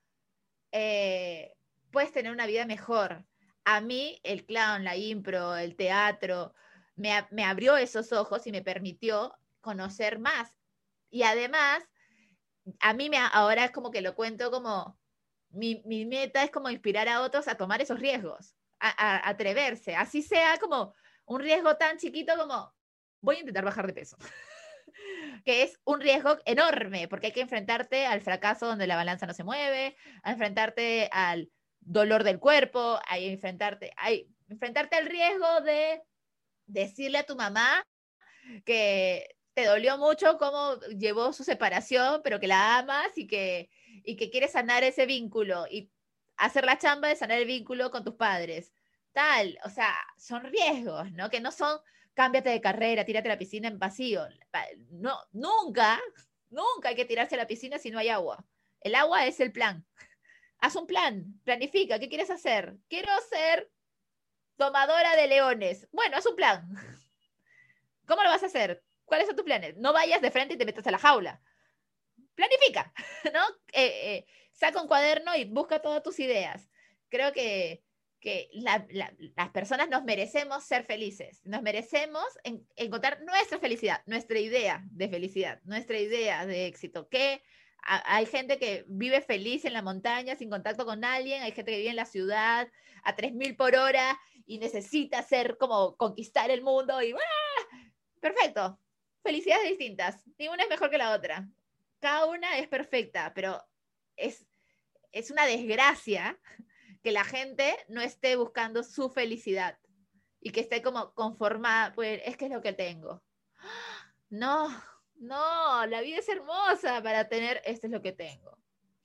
eh, puedes tener una vida mejor. A mí el clown, la impro, el teatro, me, me abrió esos ojos y me permitió conocer más. Y además, a mí me, ahora es como que lo cuento como, mi, mi meta es como inspirar a otros a tomar esos riesgos, a, a, a atreverse, así sea como un riesgo tan chiquito como, voy a intentar bajar de peso. Que es un riesgo enorme, porque hay que enfrentarte al fracaso donde la balanza no se mueve, a enfrentarte al dolor del cuerpo, a enfrentarte, a enfrentarte al riesgo de decirle a tu mamá que te dolió mucho cómo llevó su separación, pero que la amas y que, y que quieres sanar ese vínculo y hacer la chamba de sanar el vínculo con tus padres. Tal, o sea, son riesgos, ¿no? Que no son cámbiate de carrera, tírate a la piscina en vacío. No, nunca, nunca hay que tirarse a la piscina si no hay agua. El agua es el plan. Haz un plan, planifica, ¿qué quieres hacer? Quiero ser domadora de leones. Bueno, haz un plan. ¿Cómo lo vas a hacer? ¿Cuáles son tus planes? No vayas de frente y te metas a la jaula. Planifica, ¿no? Eh, eh, saca un cuaderno y busca todas tus ideas. Creo que, que la, la, las personas nos merecemos ser felices, nos merecemos en, encontrar nuestra felicidad, nuestra idea de felicidad, nuestra idea de éxito. Que a, hay gente que vive feliz en la montaña sin contacto con alguien, hay gente que vive en la ciudad a tres mil por hora y necesita hacer como conquistar el mundo y ¡ah! Perfecto, felicidades distintas, ninguna es mejor que la otra. Cada una es perfecta, pero es, es una desgracia que la gente no esté buscando su felicidad y que esté como conformada, pues es que es lo que tengo. No, no, la vida es hermosa para tener, esto es lo que tengo.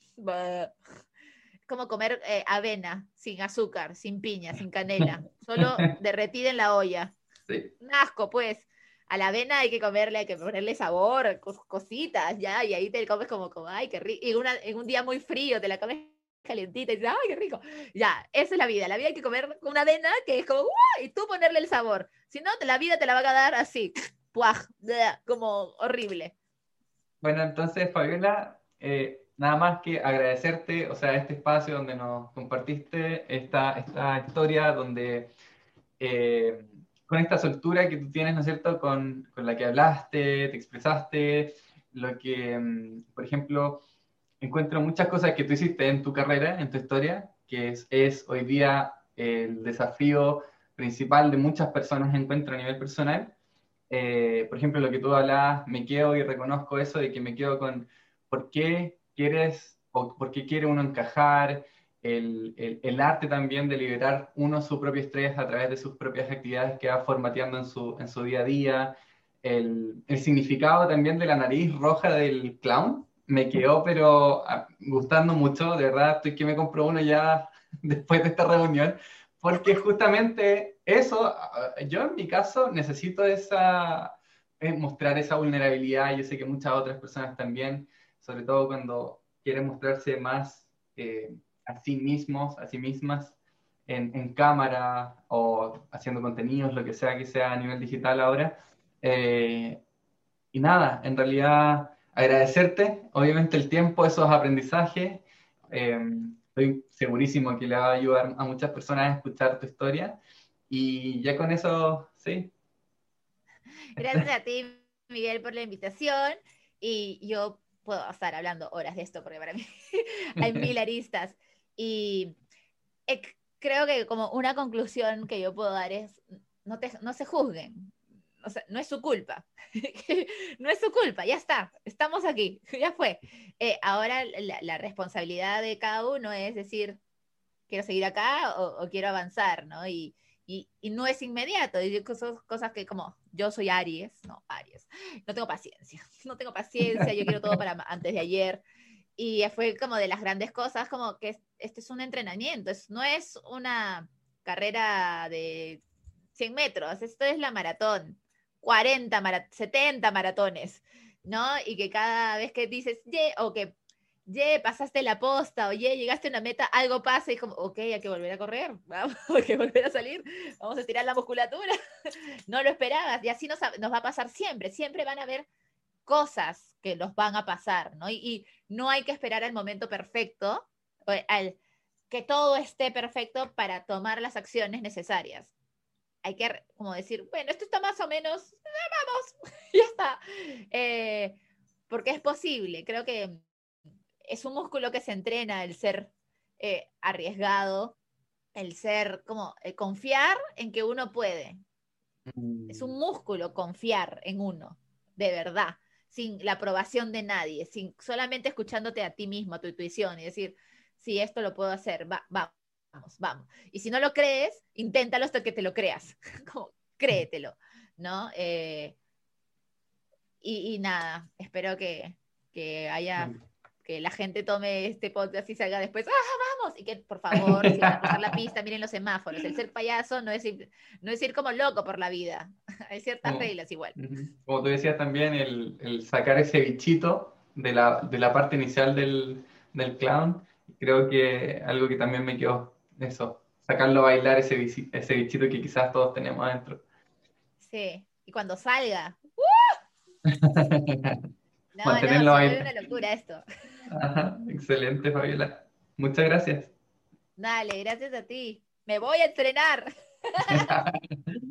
Es como comer eh, avena sin azúcar, sin piña, sin canela, solo derretida en la olla.
Sí.
Un asco, pues. A la avena hay que comerle, hay que ponerle sabor, cos- cositas, ya, y ahí te comes como, como ay, qué rico. Y una, en un día muy frío te la comes calientita y dices, ay, qué rico. Ya, esa es la vida. La vida hay que comer una avena que es como, ¡guau! Y tú ponerle el sabor. Si no, la vida te la va a dar así, puaj, bleh, como horrible.
Bueno, entonces, Fabiola, eh, nada más que agradecerte, o sea, este espacio donde nos compartiste esta, esta historia, donde eh, con esta soltura que tú tienes, ¿no es cierto?, con, con la que hablaste, te expresaste, lo que, mm, por ejemplo, encuentro muchas cosas que tú hiciste en tu carrera, en tu historia, que es, es hoy día el desafío principal de muchas personas, encuentro a nivel personal. Eh, por ejemplo, lo que tú hablabas, me quedo y reconozco eso de que me quedo con por qué quieres o por qué quiere uno encajar, el, el, el arte también de liberar uno su propio estrés a través de sus propias actividades que va formateando en su, en su día a día, el, el significado también de la nariz roja del clown, me quedó pero ah, gustando mucho, de verdad estoy que me compro uno ya después de esta reunión, porque justamente eso, ah, yo en mi caso necesito esa, eh, mostrar esa vulnerabilidad, yo sé que muchas otras personas también, sobre todo cuando quieren mostrarse más eh, a sí mismos, a sí mismas, en, en cámara o haciendo contenidos, lo que sea que sea a nivel digital ahora. Eh, y nada, en realidad agradecerte, obviamente el tiempo, esos aprendizajes. Eh, estoy segurísimo que le va a ayudar a muchas personas a escuchar tu historia. Y ya con eso, sí.
Gracias a ti, Miguel, por la invitación. Y yo puedo estar hablando horas de esto porque para mí hay mil aristas. Y eh, creo que como una conclusión que yo puedo dar es, no, te, no se juzguen. O sea, no es su culpa. No es su culpa, ya está. Estamos aquí, ya fue. Eh, ahora la, la responsabilidad de cada uno es decir, quiero seguir acá o, o quiero avanzar, ¿no? Y, y, y, no es inmediato, y cosas, cosas que como yo soy Aries, no, Aries, no tengo paciencia, no tengo paciencia, yo quiero todo para antes de ayer, y fue como de las grandes cosas, como que este es un entrenamiento, es, no es una carrera de cien metros, esto es la maratón, cuarenta, marat setenta maratones, ¿no? Y que cada vez que dices, yeah, o que ye, pasaste la posta, oye, llegaste a una meta, algo pasa y como, ok, hay que volver a correr, vamos, hay que volver a salir, vamos a estirar la musculatura, no lo esperabas, y así nos, nos va a pasar siempre, siempre van a haber cosas que nos van a pasar, ¿no? Y, y no hay que esperar al momento perfecto, al que todo esté perfecto para tomar las acciones necesarias. Hay que, como decir, bueno, esto está más o menos, eh, vamos, ya está, eh, porque es posible, creo que es un músculo que se entrena, el ser eh, arriesgado, el ser como eh, confiar en que uno puede. Es un músculo confiar en uno, de verdad, sin la aprobación de nadie, sin solamente escuchándote a ti mismo, a tu intuición y decir, sí, esto lo puedo hacer, va, va, vamos, vamos. Y si no lo crees, inténtalo hasta que te lo creas, como, créetelo, ¿no? Eh, y, y, nada, espero que, que haya que la gente tome este podcast y salga después, ¡ah, vamos! Y que, por favor, si van a cruzar la pista, miren los semáforos. El ser payaso no es ir, no es ir como loco por la vida. Hay ciertas
Como,
reglas igual.
como tú decías también, el, el sacar ese bichito de la, de la parte inicial del, del clown, creo que algo que también me quedó, eso, sacarlo a bailar ese, bici, ese bichito que quizás todos tenemos adentro.
Sí, y cuando salga, ¡uh! No, no,
Mantenerlo
se vuelve
ahí.
una locura esto.
Ajá, excelente, Fabiola. Muchas gracias.
Dale, gracias a ti. Me voy a entrenar.